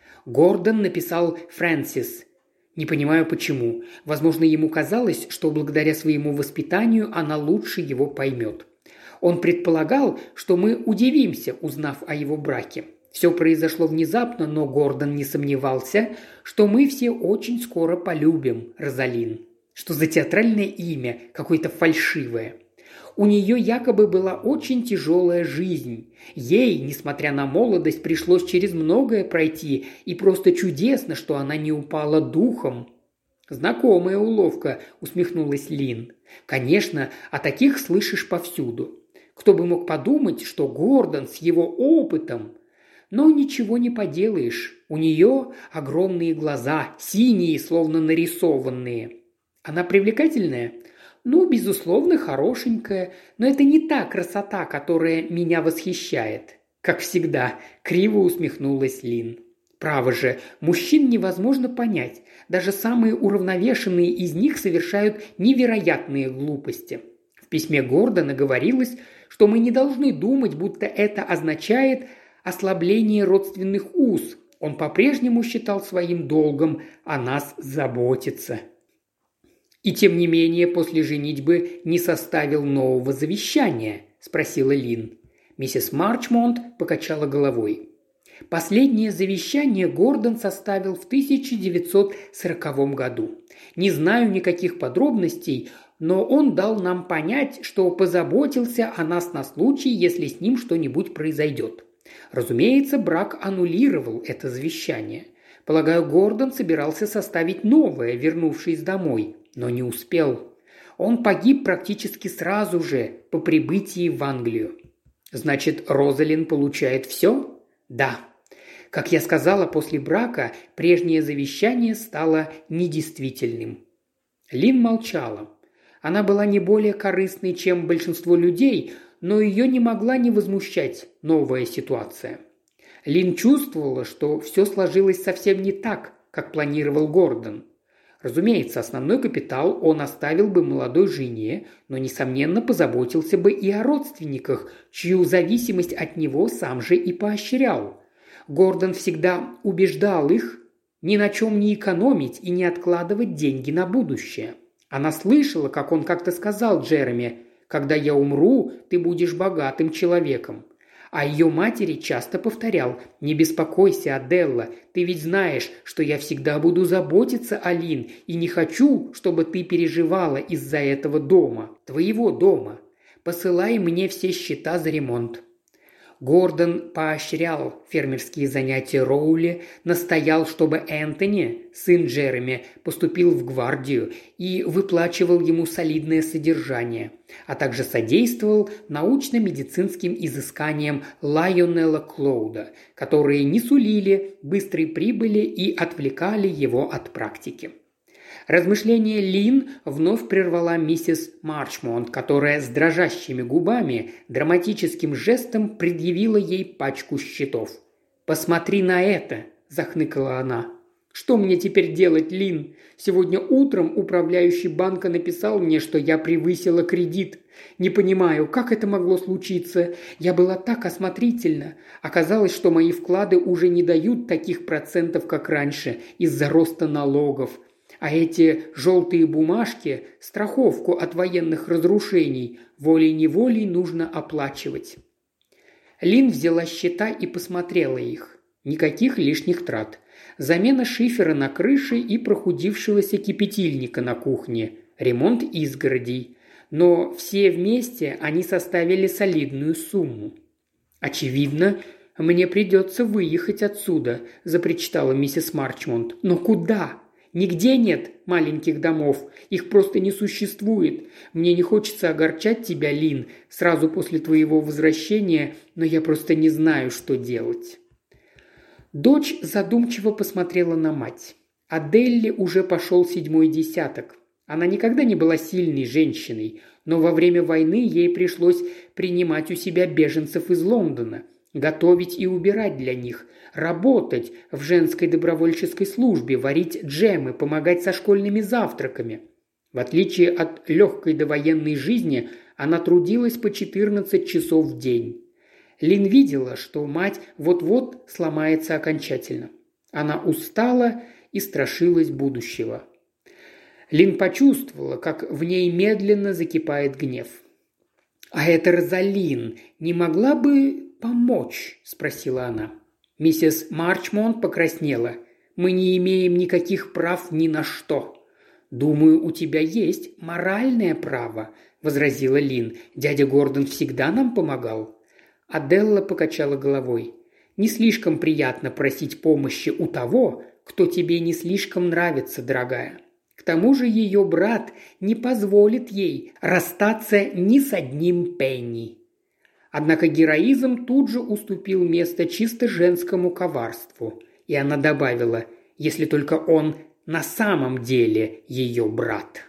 Гордон написал Фрэнсис. Не понимаю почему. Возможно, ему казалось, что благодаря своему воспитанию она лучше его поймет. Он предполагал, что мы удивимся, узнав о его браке. Все произошло внезапно, но Гордон не сомневался, что мы все очень скоро полюбим Розалин. Что за театральное имя, какое-то фальшивое. У нее якобы была очень тяжелая жизнь. Ей, несмотря на молодость, пришлось через многое пройти, и просто чудесно, что она не упала духом. «Знакомая уловка», – усмехнулась Лин. «Конечно, о таких слышишь повсюду. Кто бы мог подумать, что Гордон с его опытом. Но ничего не поделаешь. У нее огромные глаза, синие, словно нарисованные. Она привлекательная? Ну, безусловно, хорошенькая. Но это не та красота, которая меня восхищает. Как всегда, криво усмехнулась Лин. Право же, мужчин невозможно понять. Даже самые уравновешенные из них совершают невероятные глупости. В письме Гордона говорилось, что мы не должны думать, будто это означает ослабление родственных уз. Он по-прежнему считал своим долгом о нас заботиться. «И тем не менее после женитьбы не составил нового завещания?» – спросила Лин. Миссис Марчмонт покачала головой. Последнее завещание Гордон составил в тысяча девятьсот сороковом году. Не знаю никаких подробностей, но он дал нам понять, что позаботился о нас на случай, если с ним что-нибудь произойдет. Разумеется, брак аннулировал это завещание. Полагаю, Гордон собирался составить новое, вернувшись домой, но не успел. Он погиб практически сразу же по прибытии в Англию. Значит, Розалин получает все? Да. Как я сказала, после брака прежнее завещание стало недействительным. Лин молчала. Она была не более корыстной, чем большинство людей, но ее не могла не возмущать новая ситуация. Лин чувствовала, что все сложилось совсем не так, как планировал Гордон. Разумеется, основной капитал он оставил бы молодой жене, но, несомненно, позаботился бы и о родственниках, чью зависимость от него сам же и поощрял. Гордон всегда убеждал их ни на чем не экономить и не откладывать деньги на будущее. Она слышала, как он как-то сказал Джереми: «Когда я умру, ты будешь богатым человеком». А ее матери часто повторял: «Не беспокойся, Аделла, ты ведь знаешь, что я всегда буду заботиться о Лин и не хочу, чтобы ты переживала из-за этого дома, твоего дома. Посылай мне все счета за ремонт». Гордон поощрял фермерские занятия Роули, настоял, чтобы Энтони, сын Джереми, поступил в гвардию и выплачивал ему солидное содержание, а также содействовал научно-медицинским изысканиям Лайонела Клоуда, которые не сулили быстрой прибыли и отвлекали его от практики. Размышление Лин вновь прервала миссис Марчмонт, которая с дрожащими губами драматическим жестом предъявила ей пачку счетов. «Посмотри на это!» – захныкала она. «Что мне теперь делать, Лин? Сегодня утром управляющий банка написал мне, что я превысила кредит. Не понимаю, как это могло случиться? Я была так осмотрительна. Оказалось, что мои вклады уже не дают таких процентов, как раньше, из-за роста налогов. А эти желтые бумажки, страховку от военных разрушений, волей-неволей нужно оплачивать». Лин взяла счета и посмотрела их. Никаких лишних трат. Замена шифера на крыше и прохудившегося кипятильника на кухне. Ремонт изгородей. Но все вместе они составили солидную сумму. «Очевидно, мне придется выехать отсюда», – запричитала миссис Марчмонт. «Но куда? Нигде нет маленьких домов. Их просто не существует. Мне не хочется огорчать тебя, Лин, сразу после твоего возвращения, но я просто не знаю, что делать». Дочь задумчиво посмотрела на мать. Аделле уже пошел седьмой десяток. Она никогда не была сильной женщиной, но во время войны ей пришлось принимать у себя беженцев из Лондона, готовить и убирать для них, работать в женской добровольческой службе, варить джемы, помогать со школьными завтраками. В отличие от легкой довоенной жизни, она трудилась по четырнадцать часов в день. Лин видела, что мать вот-вот сломается окончательно. Она устала и страшилась будущего. Лин почувствовала, как в ней медленно закипает гнев. «А эта Розалин не могла бы помочь?» – спросила она. Миссис Марчмонт покраснела. «Мы не имеем никаких прав ни на что». «Думаю, у тебя есть моральное право», – возразила Лин. «Дядя Гордон всегда нам помогал». Аделла покачала головой. «Не слишком приятно просить помощи у того, кто тебе не слишком нравится, дорогая. К тому же ее брат не позволит ей расстаться ни с одним пенни». Однако героизм тут же уступил место чисто женскому коварству, и она добавила, если только он на самом деле ее брат.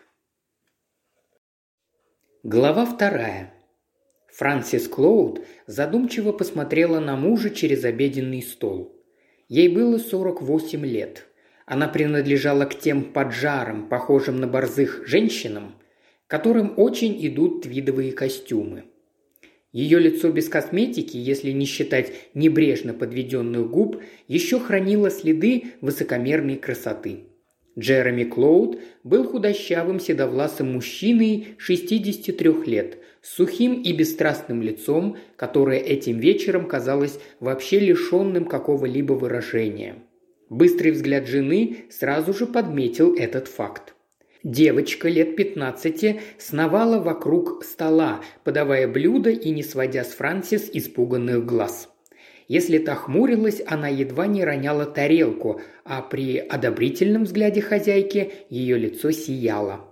Глава вторая. Франсис Клоуд задумчиво посмотрела на мужа через обеденный стол. Ей было сорок восемь лет. Она принадлежала к тем поджарам, похожим на борзых женщинам, которым очень идут твидовые костюмы. Ее лицо без косметики, если не считать небрежно подведенных губ, еще хранило следы высокомерной красоты. Джереми Клоуд был худощавым седовласым мужчиной шестидесяти трёх лет, с сухим и бесстрастным лицом, которое этим вечером казалось вообще лишенным какого-либо выражения. Быстрый взгляд жены сразу же подметил этот факт. Девочка лет пятнадцати сновала вокруг стола, подавая блюда и не сводя с Франсис испуганных глаз. Если та хмурилась, она едва не роняла тарелку, а при одобрительном взгляде хозяйки ее лицо сияло.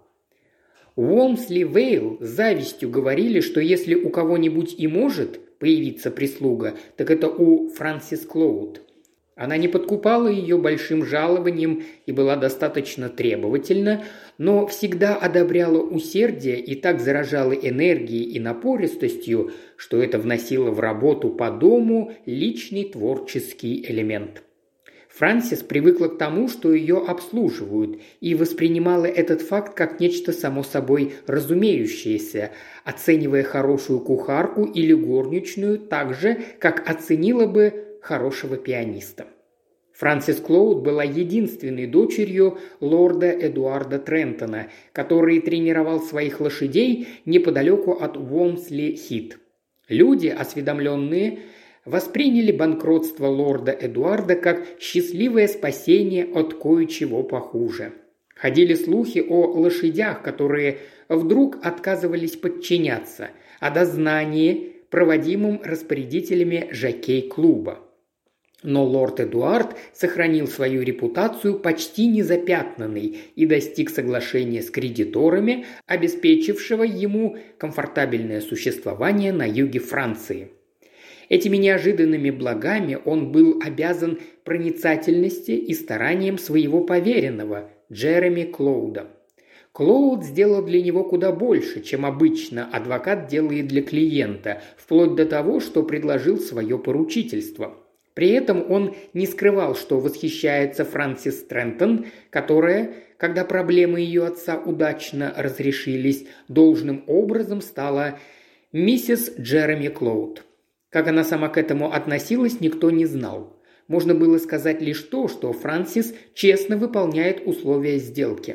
Уолмсли Вейл с завистью говорили, что если у кого-нибудь и может появиться прислуга, так это у Франсис Клоуд. Она не подкупала ее большим жалованием и была достаточно требовательна, но всегда одобряла усердие и так заражала энергией и напористостью, что это вносило в работу по дому личный творческий элемент. Франсис привыкла к тому, что ее обслуживают, и воспринимала этот факт как нечто само собой разумеющееся, оценивая хорошую кухарку или горничную так же, как оценила бы хорошего пианиста. Франсис Клоуд была единственной дочерью лорда Эдуарда Трентона, который тренировал своих лошадей неподалеку от Уолмсли-Хит. Люди, осведомленные, восприняли банкротство лорда Эдуарда как счастливое спасение от кое-чего похуже. Ходили слухи о лошадях, которые вдруг отказывались подчиняться, о дознании, проводимом распорядителями жокей-клуба. Но лорд Эдуард сохранил свою репутацию почти незапятнанной и достиг соглашения с кредиторами, обеспечившего ему комфортабельное существование на юге Франции. Этими неожиданными благами он был обязан проницательности и стараниям своего поверенного, Джереми Клоуда. Клоуд сделал для него куда больше, чем обычно адвокат делает для клиента, вплоть до того, что предложил свое поручительство. При этом он не скрывал, что восхищается Франсис Трентон, которая, когда проблемы ее отца удачно разрешились, должным образом стала миссис Джереми Клоуд. Как она сама к этому относилась, никто не знал. Можно было сказать лишь то, что Франсис честно выполняет условия сделки.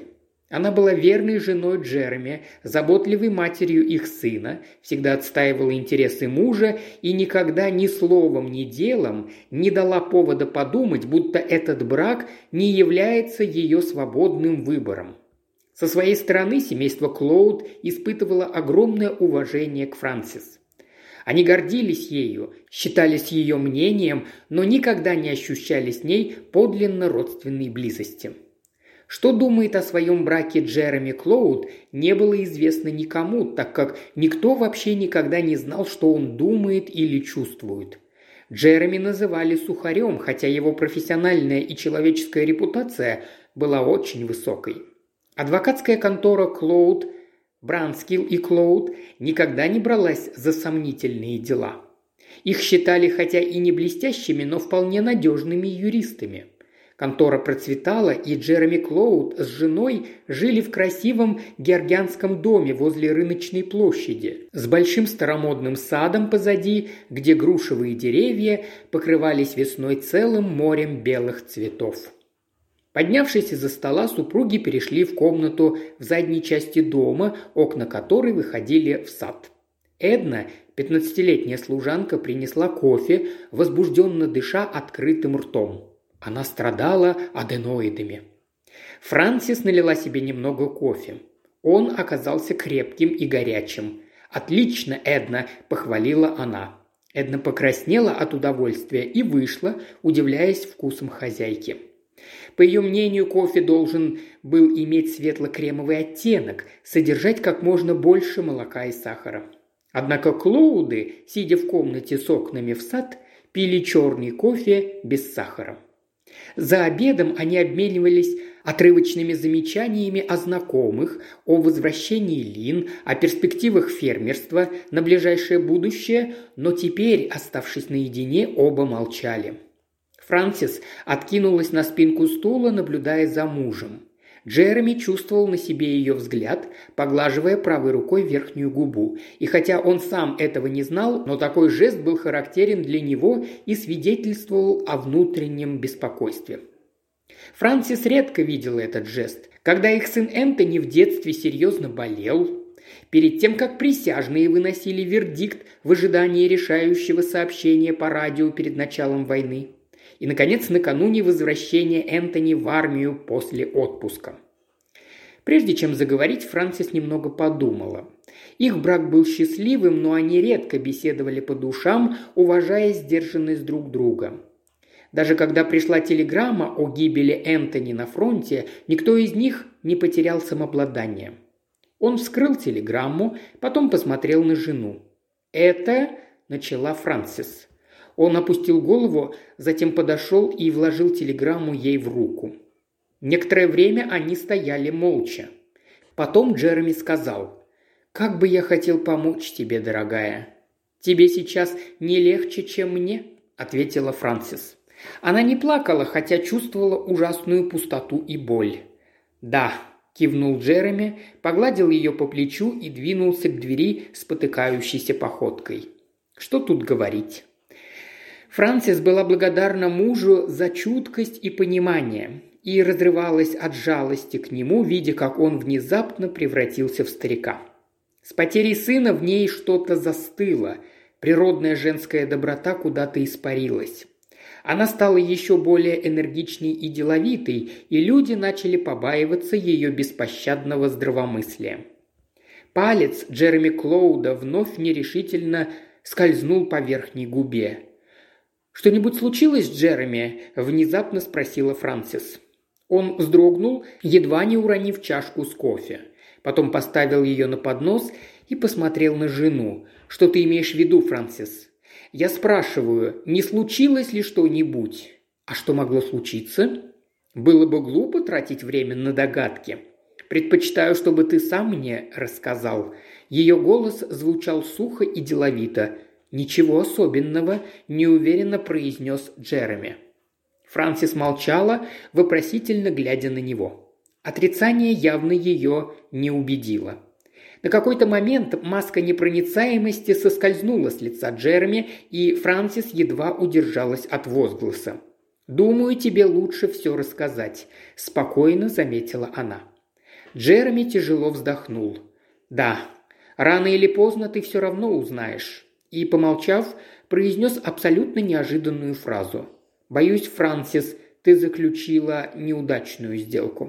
Она была верной женой Джереми, заботливой матерью их сына, всегда отстаивала интересы мужа и никогда ни словом, ни делом не дала повода подумать, будто этот брак не является ее свободным выбором. Со своей стороны семейство Клоуд испытывало огромное уважение к Франсис. Они гордились ею, считались ее мнением, но никогда не ощущали с ней подлинно родственной близости. Что думает о своем браке Джереми Клоуд, не было известно никому, так как никто вообще никогда не знал, что он думает или чувствует. Джереми называли сухарем, хотя его профессиональная и человеческая репутация была очень высокой. Адвокатская контора Клоуд, Бранскилл и Клоуд никогда не бралась за сомнительные дела. Их считали хотя и не блестящими, но вполне надежными юристами. Контора процветала, и Джереми Клоуд с женой жили в красивом георгианском доме возле рыночной площади, с большим старомодным садом позади, где грушевые деревья покрывались весной целым морем белых цветов. Поднявшись из-за стола, супруги перешли в комнату в задней части дома, окна которой выходили в сад. Эдна, пятнадцатилетняя служанка, принесла кофе, возбужденно дыша открытым ртом. Она страдала аденоидами. Франсис налила себе немного кофе. Он оказался крепким и горячим. «Отлично, Эдна!» – похвалила она. Эдна покраснела от удовольствия и вышла, удивляясь вкусом хозяйки. По ее мнению, кофе должен был иметь светло-кремовый оттенок, содержать как можно больше молока и сахара. Однако Клоуды, сидя в комнате с окнами в сад, пили черный кофе без сахара. За обедом они обменивались отрывочными замечаниями о знакомых, о возвращении Лин, о перспективах фермерства на ближайшее будущее, но теперь, оставшись наедине, оба молчали. Франсис откинулась на спинку стула, наблюдая за мужем. Джереми чувствовал на себе ее взгляд, поглаживая правой рукой верхнюю губу. И хотя он сам этого не знал, но такой жест был характерен для него и свидетельствовал о внутреннем беспокойстве. Франсис редко видела этот жест. Когда их сын Энтони в детстве серьезно болел, перед тем, как присяжные выносили вердикт в ожидании решающего сообщения по радио перед началом войны. И, наконец, накануне возвращения Энтони в армию после отпуска. Прежде чем заговорить, Франсис немного подумала. Их брак был счастливым, но они редко беседовали по душам, уважая сдержанность друг друга. Даже когда пришла телеграмма о гибели Энтони на фронте, никто из них не потерял самообладание. Он вскрыл телеграмму, потом посмотрел на жену. «Это...» – начала Франсис. Он опустил голову, затем подошел и вложил телеграмму ей в руку. Некоторое время они стояли молча. Потом Джереми сказал: «Как бы я хотел помочь тебе, дорогая». «Тебе сейчас не легче, чем мне?» – ответила Франсис. Она не плакала, хотя чувствовала ужасную пустоту и боль. «Да», – кивнул Джереми, погладил ее по плечу и двинулся к двери спотыкающейся походкой. «Что тут говорить?» Франсис была благодарна мужу за чуткость и понимание и разрывалась от жалости к нему, видя, как он внезапно превратился в старика. С потерей сына в ней что-то застыло, природная женская доброта куда-то испарилась. Она стала еще более энергичной и деловитой, и люди начали побаиваться ее беспощадного здравомыслия. Палец Джереми Клоуда вновь нерешительно скользнул по верхней губе. «Что-нибудь случилось, Джереми?» – внезапно спросила Франсис. Он вздрогнул, едва не уронив чашку с кофе. Потом поставил ее на поднос и посмотрел на жену. «Что ты имеешь в виду, Франсис?» «Я спрашиваю, не случилось ли что-нибудь?» «А что могло случиться?» «Было бы глупо тратить время на догадки. Предпочитаю, чтобы ты сам мне рассказал». Ее голос звучал сухо и деловито. «Ничего особенного», – неуверенно произнес Джереми. Франсис молчала, вопросительно глядя на него. Отрицание явно ее не убедило. На какой-то момент маска непроницаемости соскользнула с лица Джереми, и Франсис едва удержалась от возгласа. «Думаю, тебе лучше все рассказать», – спокойно заметила она. Джереми тяжело вздохнул. «Да, рано или поздно ты все равно узнаешь». И, помолчав, произнес абсолютно неожиданную фразу. «Боюсь, Франсис, ты заключила неудачную сделку».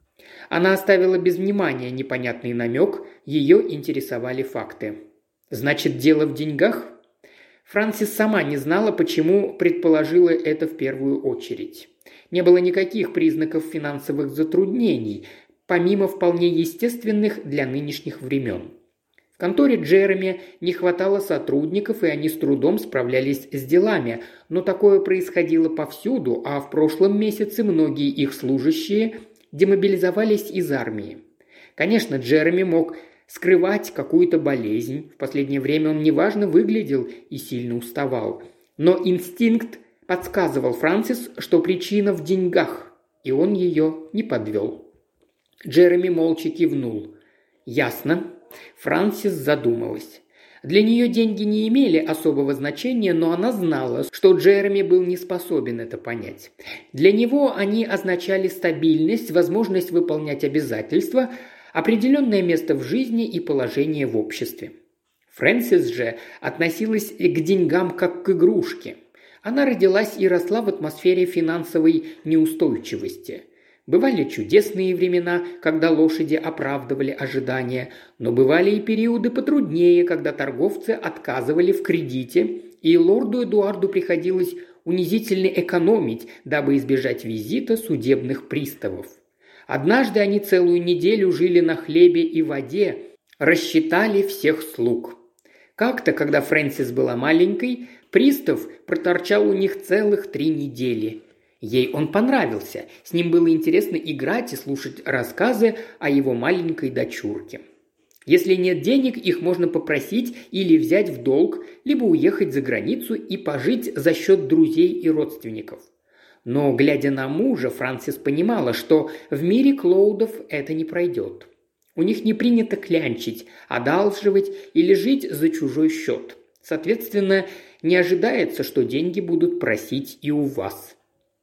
Она оставила без внимания непонятный намек, ее интересовали факты. «Значит, дело в деньгах?» Франсис сама не знала, почему предположила это в первую очередь. Не было никаких признаков финансовых затруднений, помимо вполне естественных для нынешних времен. В конторе Джереми не хватало сотрудников, и они с трудом справлялись с делами, но такое происходило повсюду, а в прошлом месяце многие их служащие демобилизовались из армии. Конечно, Джереми мог скрывать какую-то болезнь, в последнее время он неважно выглядел и сильно уставал. Но инстинкт подсказывал Франсис, что причина в деньгах, и он ее не подвел. Джереми молча кивнул. «Ясно». Франсис задумалась. Для нее деньги не имели особого значения, но она знала, что Джереми был не способен это понять. Для него они означали стабильность, возможность выполнять обязательства, определенное место в жизни и положение в обществе. Фрэнсис же относилась к деньгам как к игрушке. Она родилась и росла в атмосфере финансовой неустойчивости. Бывали чудесные времена, когда лошади оправдывали ожидания, но бывали и периоды потруднее, когда торговцы отказывали в кредите, и лорду Эдуарду приходилось унизительно экономить, дабы избежать визита судебных приставов. Однажды они целую неделю жили на хлебе и воде, рассчитали всех слуг. Как-то, когда Фрэнсис была маленькой, пристав проторчал у них целых три недели. Ей он понравился, с ним было интересно играть и слушать рассказы о его маленькой дочурке. Если нет денег, их можно попросить или взять в долг, либо уехать за границу и пожить за счет друзей и родственников. Но, глядя на мужа, Франсис понимала, что в мире Клоудов это не пройдет. У них не принято клянчить, одалживать или жить за чужой счет. Соответственно, не ожидается, что деньги будут просить и у вас.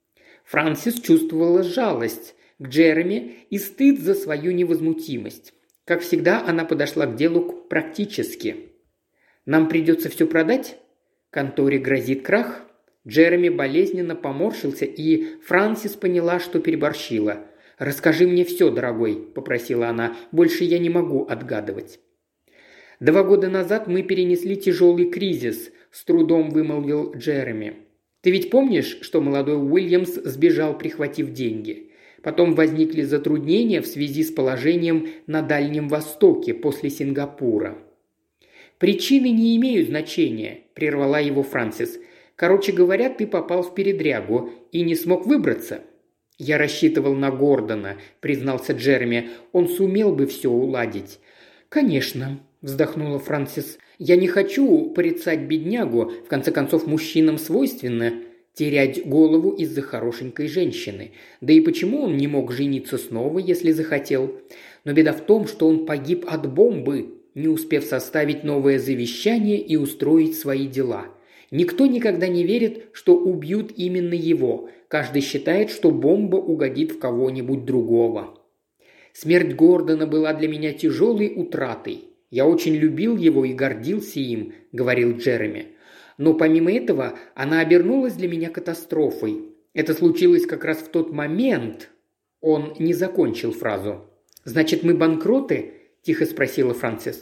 Франсис чувствовала жалость к Джереми и стыд за свою невозмутимость. Как всегда, она подошла к делу практически. «Нам придется все продать? Конторе грозит крах?» Джереми болезненно поморщился, и Франсис поняла, что переборщила. «Расскажи мне все, дорогой», – попросила она, – «больше я не могу отгадывать». «Два года назад мы перенесли тяжелый кризис», – с трудом вымолвил Джереми. «Ты ведь помнишь, что молодой Уильямс сбежал, прихватив деньги? Потом возникли затруднения в связи с положением на Дальнем Востоке после Сингапура». «Причины не имеют значения», – прервала его Франсис. «Короче говоря, ты попал в передрягу и не смог выбраться». «Я рассчитывал на Гордона», – признался Джереми. «Он сумел бы все уладить». «Конечно», – вздохнула Франсис. «Я не хочу порицать беднягу. В конце концов, мужчинам свойственно терять голову из-за хорошенькой женщины. Да и почему он не мог жениться снова, если захотел? Но беда в том, что он погиб от бомбы, не успев составить новое завещание и устроить свои дела. Никто никогда не верит, что убьют именно его. Каждый считает, что бомба угодит в кого-нибудь другого. Смерть Гордона была для меня тяжелой утратой. Я очень любил его и гордился им», – говорил Джереми. «Но помимо этого она обернулась для меня катастрофой. Это случилось как раз в тот момент». Он не закончил фразу. «Значит, мы банкроты?» – тихо спросила Франсис.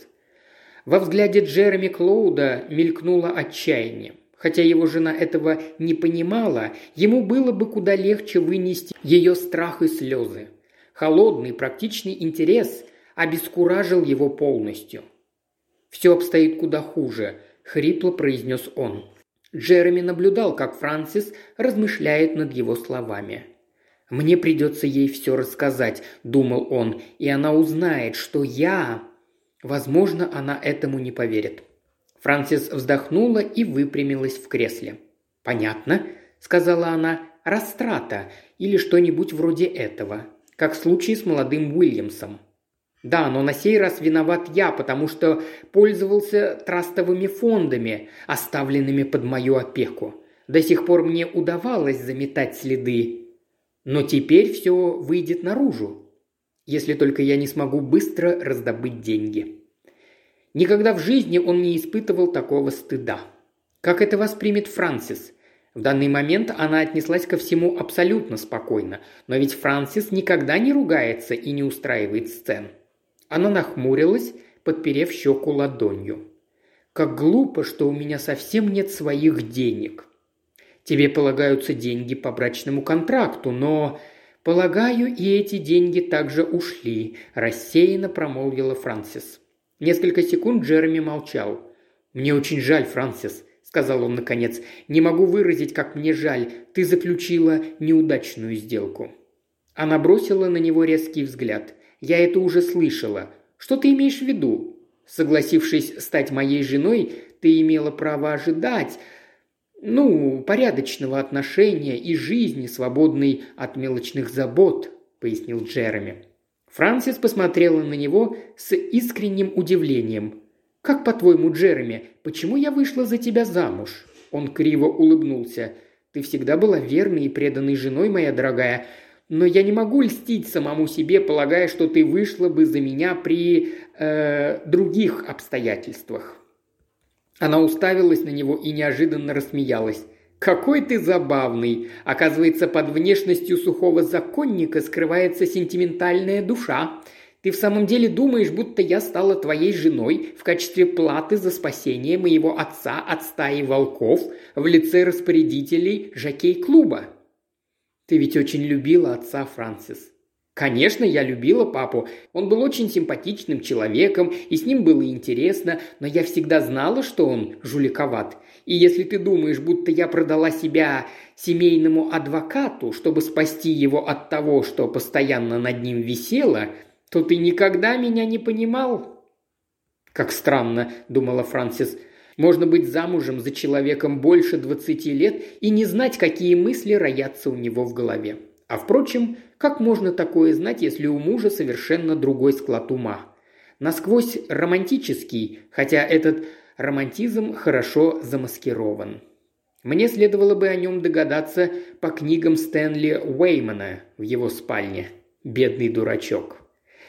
Во взгляде Джереми Клоуда мелькнуло отчаяние. Хотя его жена этого не понимала, ему было бы куда легче вынести ее страх и слезы. Холодный, практичный интерес обескуражил его полностью. «Все обстоит куда хуже», – хрипло произнес он. Джереми наблюдал, как Франсис размышляет над его словами. «Мне придется ей все рассказать», – думал он, – «и она узнает, что я...» Возможно, она этому не поверит. Франсис вздохнула и выпрямилась в кресле. «Понятно», – сказала она, – «растрата или что-нибудь вроде этого, как в случае с молодым Уильямсом». «Да, но на сей раз виноват я, потому что пользовался трастовыми фондами, оставленными под мою опеку. До сих пор мне удавалось заметать следы. Но теперь все выйдет наружу». Если только я не смогу быстро раздобыть деньги. Никогда в жизни он не испытывал такого стыда. Как это воспримет Франсис? В данный момент она отнеслась ко всему абсолютно спокойно, но ведь Франсис никогда не ругается и не устраивает сцен. Она нахмурилась, подперев щеку ладонью. «Как глупо, что у меня совсем нет своих денег. Тебе полагаются деньги по брачному контракту, но...» «Полагаю, и эти деньги также ушли», – рассеянно промолвила Франсис. Несколько секунд Джереми молчал. «Мне очень жаль, Франсис», – сказал он наконец. «Не могу выразить, как мне жаль. Ты заключила неудачную сделку». Она бросила на него резкий взгляд. «Я это уже слышала. Что ты имеешь в виду? Согласившись стать моей женой, ты имела право ожидать... «Ну, порядочного отношения и жизни, свободной от мелочных забот», – пояснил Джереми. Франсис посмотрела на него с искренним удивлением. «Как, по-твоему, Джереми, почему я вышла за тебя замуж?» Он криво улыбнулся. «Ты всегда была верной и преданной женой, моя дорогая, но я не могу льстить самому себе, полагая, что ты вышла бы за меня при... Э, других обстоятельствах». Она уставилась на него и неожиданно рассмеялась. «Какой ты забавный! Оказывается, под внешностью сухого законника скрывается сентиментальная душа. Ты в самом деле думаешь, будто я стала твоей женой в качестве платы за спасение моего отца от стаи волков в лице распорядителей жокей-клуба? Ты ведь очень любила отца, Франсис». «Конечно, я любила папу. Он был очень симпатичным человеком, и с ним было интересно, но я всегда знала, что он жуликоват. И если ты думаешь, будто я продала себя семейному адвокату, чтобы спасти его от того, что постоянно над ним висело, то ты никогда меня не понимал». «Как странно», – думала Франсис. «Можно быть замужем за человеком больше двадцати лет и не знать, какие мысли роятся у него в голове. А впрочем, как можно такое знать, если у мужа совершенно другой склад ума? Насквозь романтический, хотя этот романтизм хорошо замаскирован. Мне следовало бы о нем догадаться по книгам Стэнли Уэймана в его спальне. Бедный дурачок.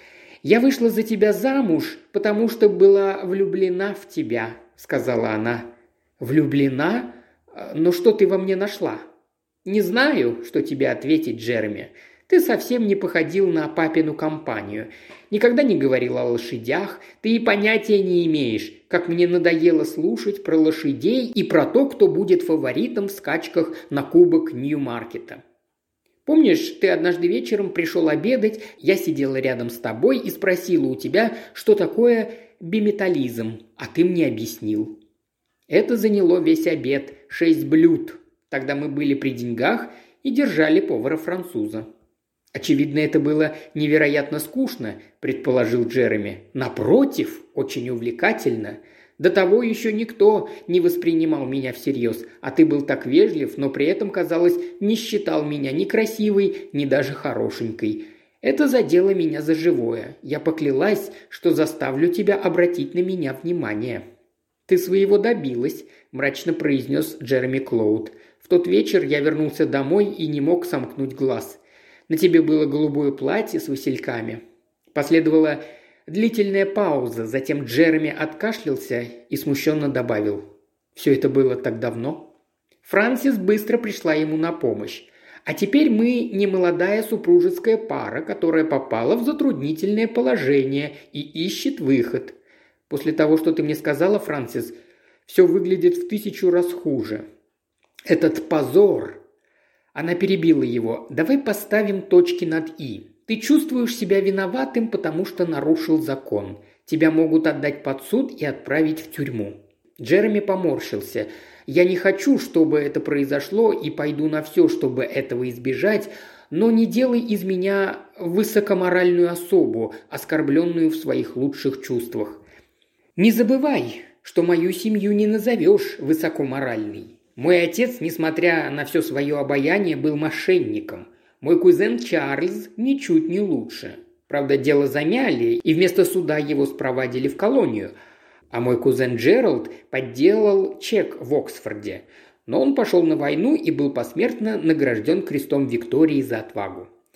«Я вышла за тебя замуж, потому что была влюблена в тебя», – сказала она. «Влюблена? Но что ты во мне нашла?» «Не знаю, что тебе ответить, Джереми. Ты совсем не походил на папину компанию. Никогда не говорил о лошадях. Ты и понятия не имеешь, как мне надоело слушать про лошадей и про то, кто будет фаворитом в скачках на кубок Нью-Маркета. Помнишь, ты однажды вечером пришел обедать, я сидела рядом с тобой и спросила у тебя, что такое биметаллизм, а ты мне объяснил. Это заняло весь обед, шесть блюд. Тогда мы были при деньгах и держали повара-француза». «Очевидно, это было невероятно скучно», – предположил Джереми. «Напротив, очень увлекательно. До того еще никто не воспринимал меня всерьез, а ты был так вежлив, но при этом, казалось, не считал меня ни красивой, ни даже хорошенькой. Это задело меня за живое. Я поклялась, что заставлю тебя обратить на меня внимание». «Ты своего добилась», – мрачно произнес Джереми Клоуд. «В тот вечер я вернулся домой и не мог сомкнуть глаз. На тебе было голубое платье с васильками». Последовала длительная пауза, затем Джереми откашлялся и смущенно добавил. «Все это было так давно». Франсис быстро пришла ему на помощь. «А теперь мы не молодая супружеская пара, которая попала в затруднительное положение и ищет выход. После того, что ты мне сказала, Франсис, все выглядит в тысячу раз хуже. Этот позор...» Она перебила его. «Давай поставим точки над «и». Ты чувствуешь себя виноватым, потому что нарушил закон. Тебя могут отдать под суд и отправить в тюрьму». Джереми поморщился. «Я не хочу, чтобы это произошло, и пойду на все, чтобы этого избежать, но не делай из меня высокоморальную особу, оскорбленную в своих лучших чувствах. Не забывай, что мою семью не назовешь высокоморальной. Мой отец, несмотря на все свое обаяние, был мошенником. Мой кузен Чарльз ничуть не лучше. Правда, дело замяли, и вместо суда его спровадили в колонию. А мой кузен Джеральд подделал чек в Оксфорде. Но он пошел на войну и был посмертно награжден крестом Виктории за отвагу.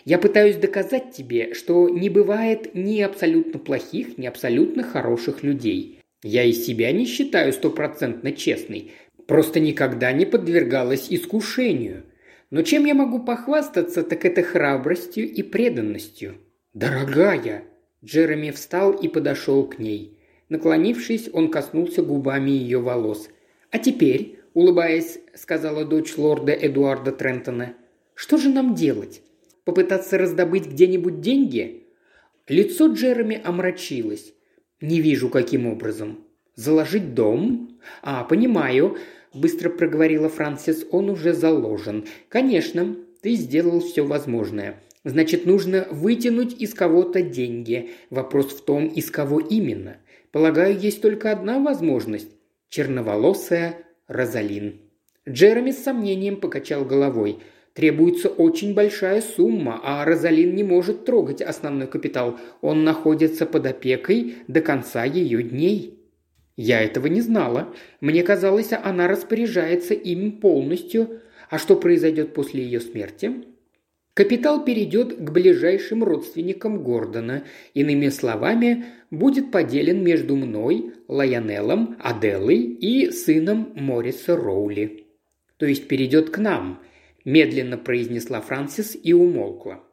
Я пытаюсь доказать тебе, что не бывает ни абсолютно плохих, ни абсолютно хороших людей. Я из себя не считаю стопроцентно честной, просто никогда не подвергалась искушению. Но чем я могу похвастаться, так это храбростью и преданностью. «Дорогая!» Джереми встал и подошел к ней. Наклонившись, он коснулся губами ее волос. «А теперь», – улыбаясь, сказала дочь лорда Эдуарда Трентона, – «что же нам делать? Попытаться раздобыть где-нибудь деньги?» Лицо Джереми омрачилось. «Не вижу, каким образом. Заложить дом? А, понимаю», – быстро проговорила Франсис, – «он уже заложен. Конечно, ты сделал все возможное. Значит, нужно вытянуть из кого-то деньги. Вопрос в том, из кого именно. Полагаю, есть только одна возможность – черноволосая Розалин». Джереми с сомнением покачал головой. «Требуется очень большая сумма, а Розалин не может трогать основной капитал. Он находится под опекой до конца ее дней». «Я этого не знала. Мне казалось, она распоряжается им полностью. А что произойдет после ее смерти?» «Капитал перейдет к ближайшим родственникам Гордона. Иными словами, будет поделен между мной, Лайонеллом, Аделлой и сыном Морриса Роули». «То есть перейдет к нам», – медленно произнесла Франсис и умолкла.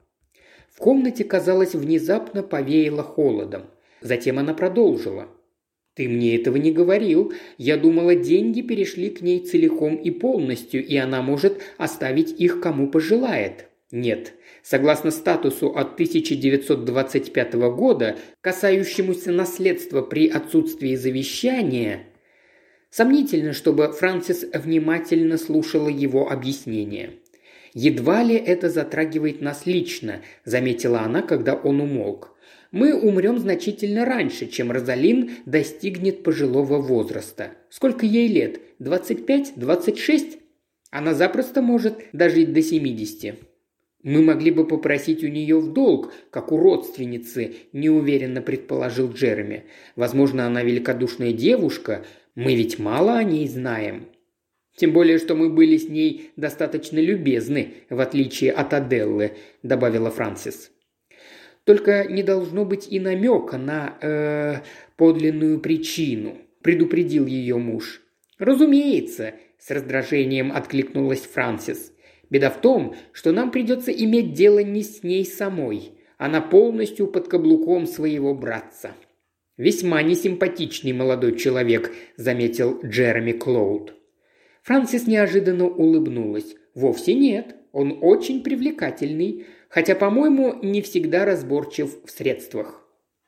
В комнате, казалось, внезапно повеяло холодом. Затем она продолжила. «Ты мне этого не говорил. Я думала, деньги перешли к ней целиком и полностью, и она может оставить их кому пожелает». Нет. Согласно статусу от тысяча девятьсот двадцать пятого года, касающемуся наследства при отсутствии завещания, сомнительно, чтобы Франсис внимательно слушала его объяснение. «Едва ли это затрагивает нас лично», – заметила она, когда он умолк. «Мы умрем значительно раньше, чем Розалин достигнет пожилого возраста. Сколько ей лет? Двадцать пять? Двадцать шесть? Она запросто может дожить до семидесяти». «Мы могли бы попросить у нее в долг, как у родственницы», – неуверенно предположил Джереми. «Возможно, она великодушная девушка. Мы ведь мало о ней знаем». «Тем более, что мы были с ней достаточно любезны, в отличие от Аделлы», – добавила Франсис. «Только не должно быть и намека на э, подлинную причину», – предупредил ее муж. «Разумеется», – с раздражением откликнулась Франсис. «Беда в том, что нам придется иметь дело не с ней самой. Она полностью под каблуком своего братца». «Весьма несимпатичный молодой человек», – заметил Джереми Клоуд. Франсис неожиданно улыбнулась. «Вовсе нет. Он очень привлекательный, хотя, по-моему, не всегда разборчив в средствах.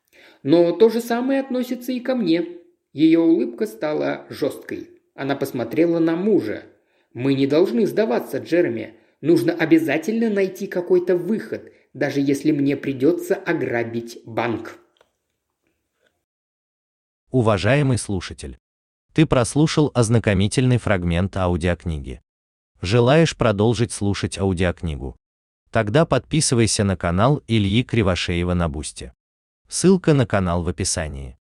Но то же самое относится и ко мне». Ее улыбка стала жесткой. Она посмотрела на мужа. «Мы не должны сдаваться, Джереми. Нужно обязательно найти какой-то выход, даже если мне придется ограбить банк». Уважаемый слушатель, ты прослушал ознакомительный фрагмент аудиокниги. Желаешь продолжить слушать аудиокнигу? Тогда подписывайся на канал Ильи Кривошеева на Бусти. Ссылка на канал в описании.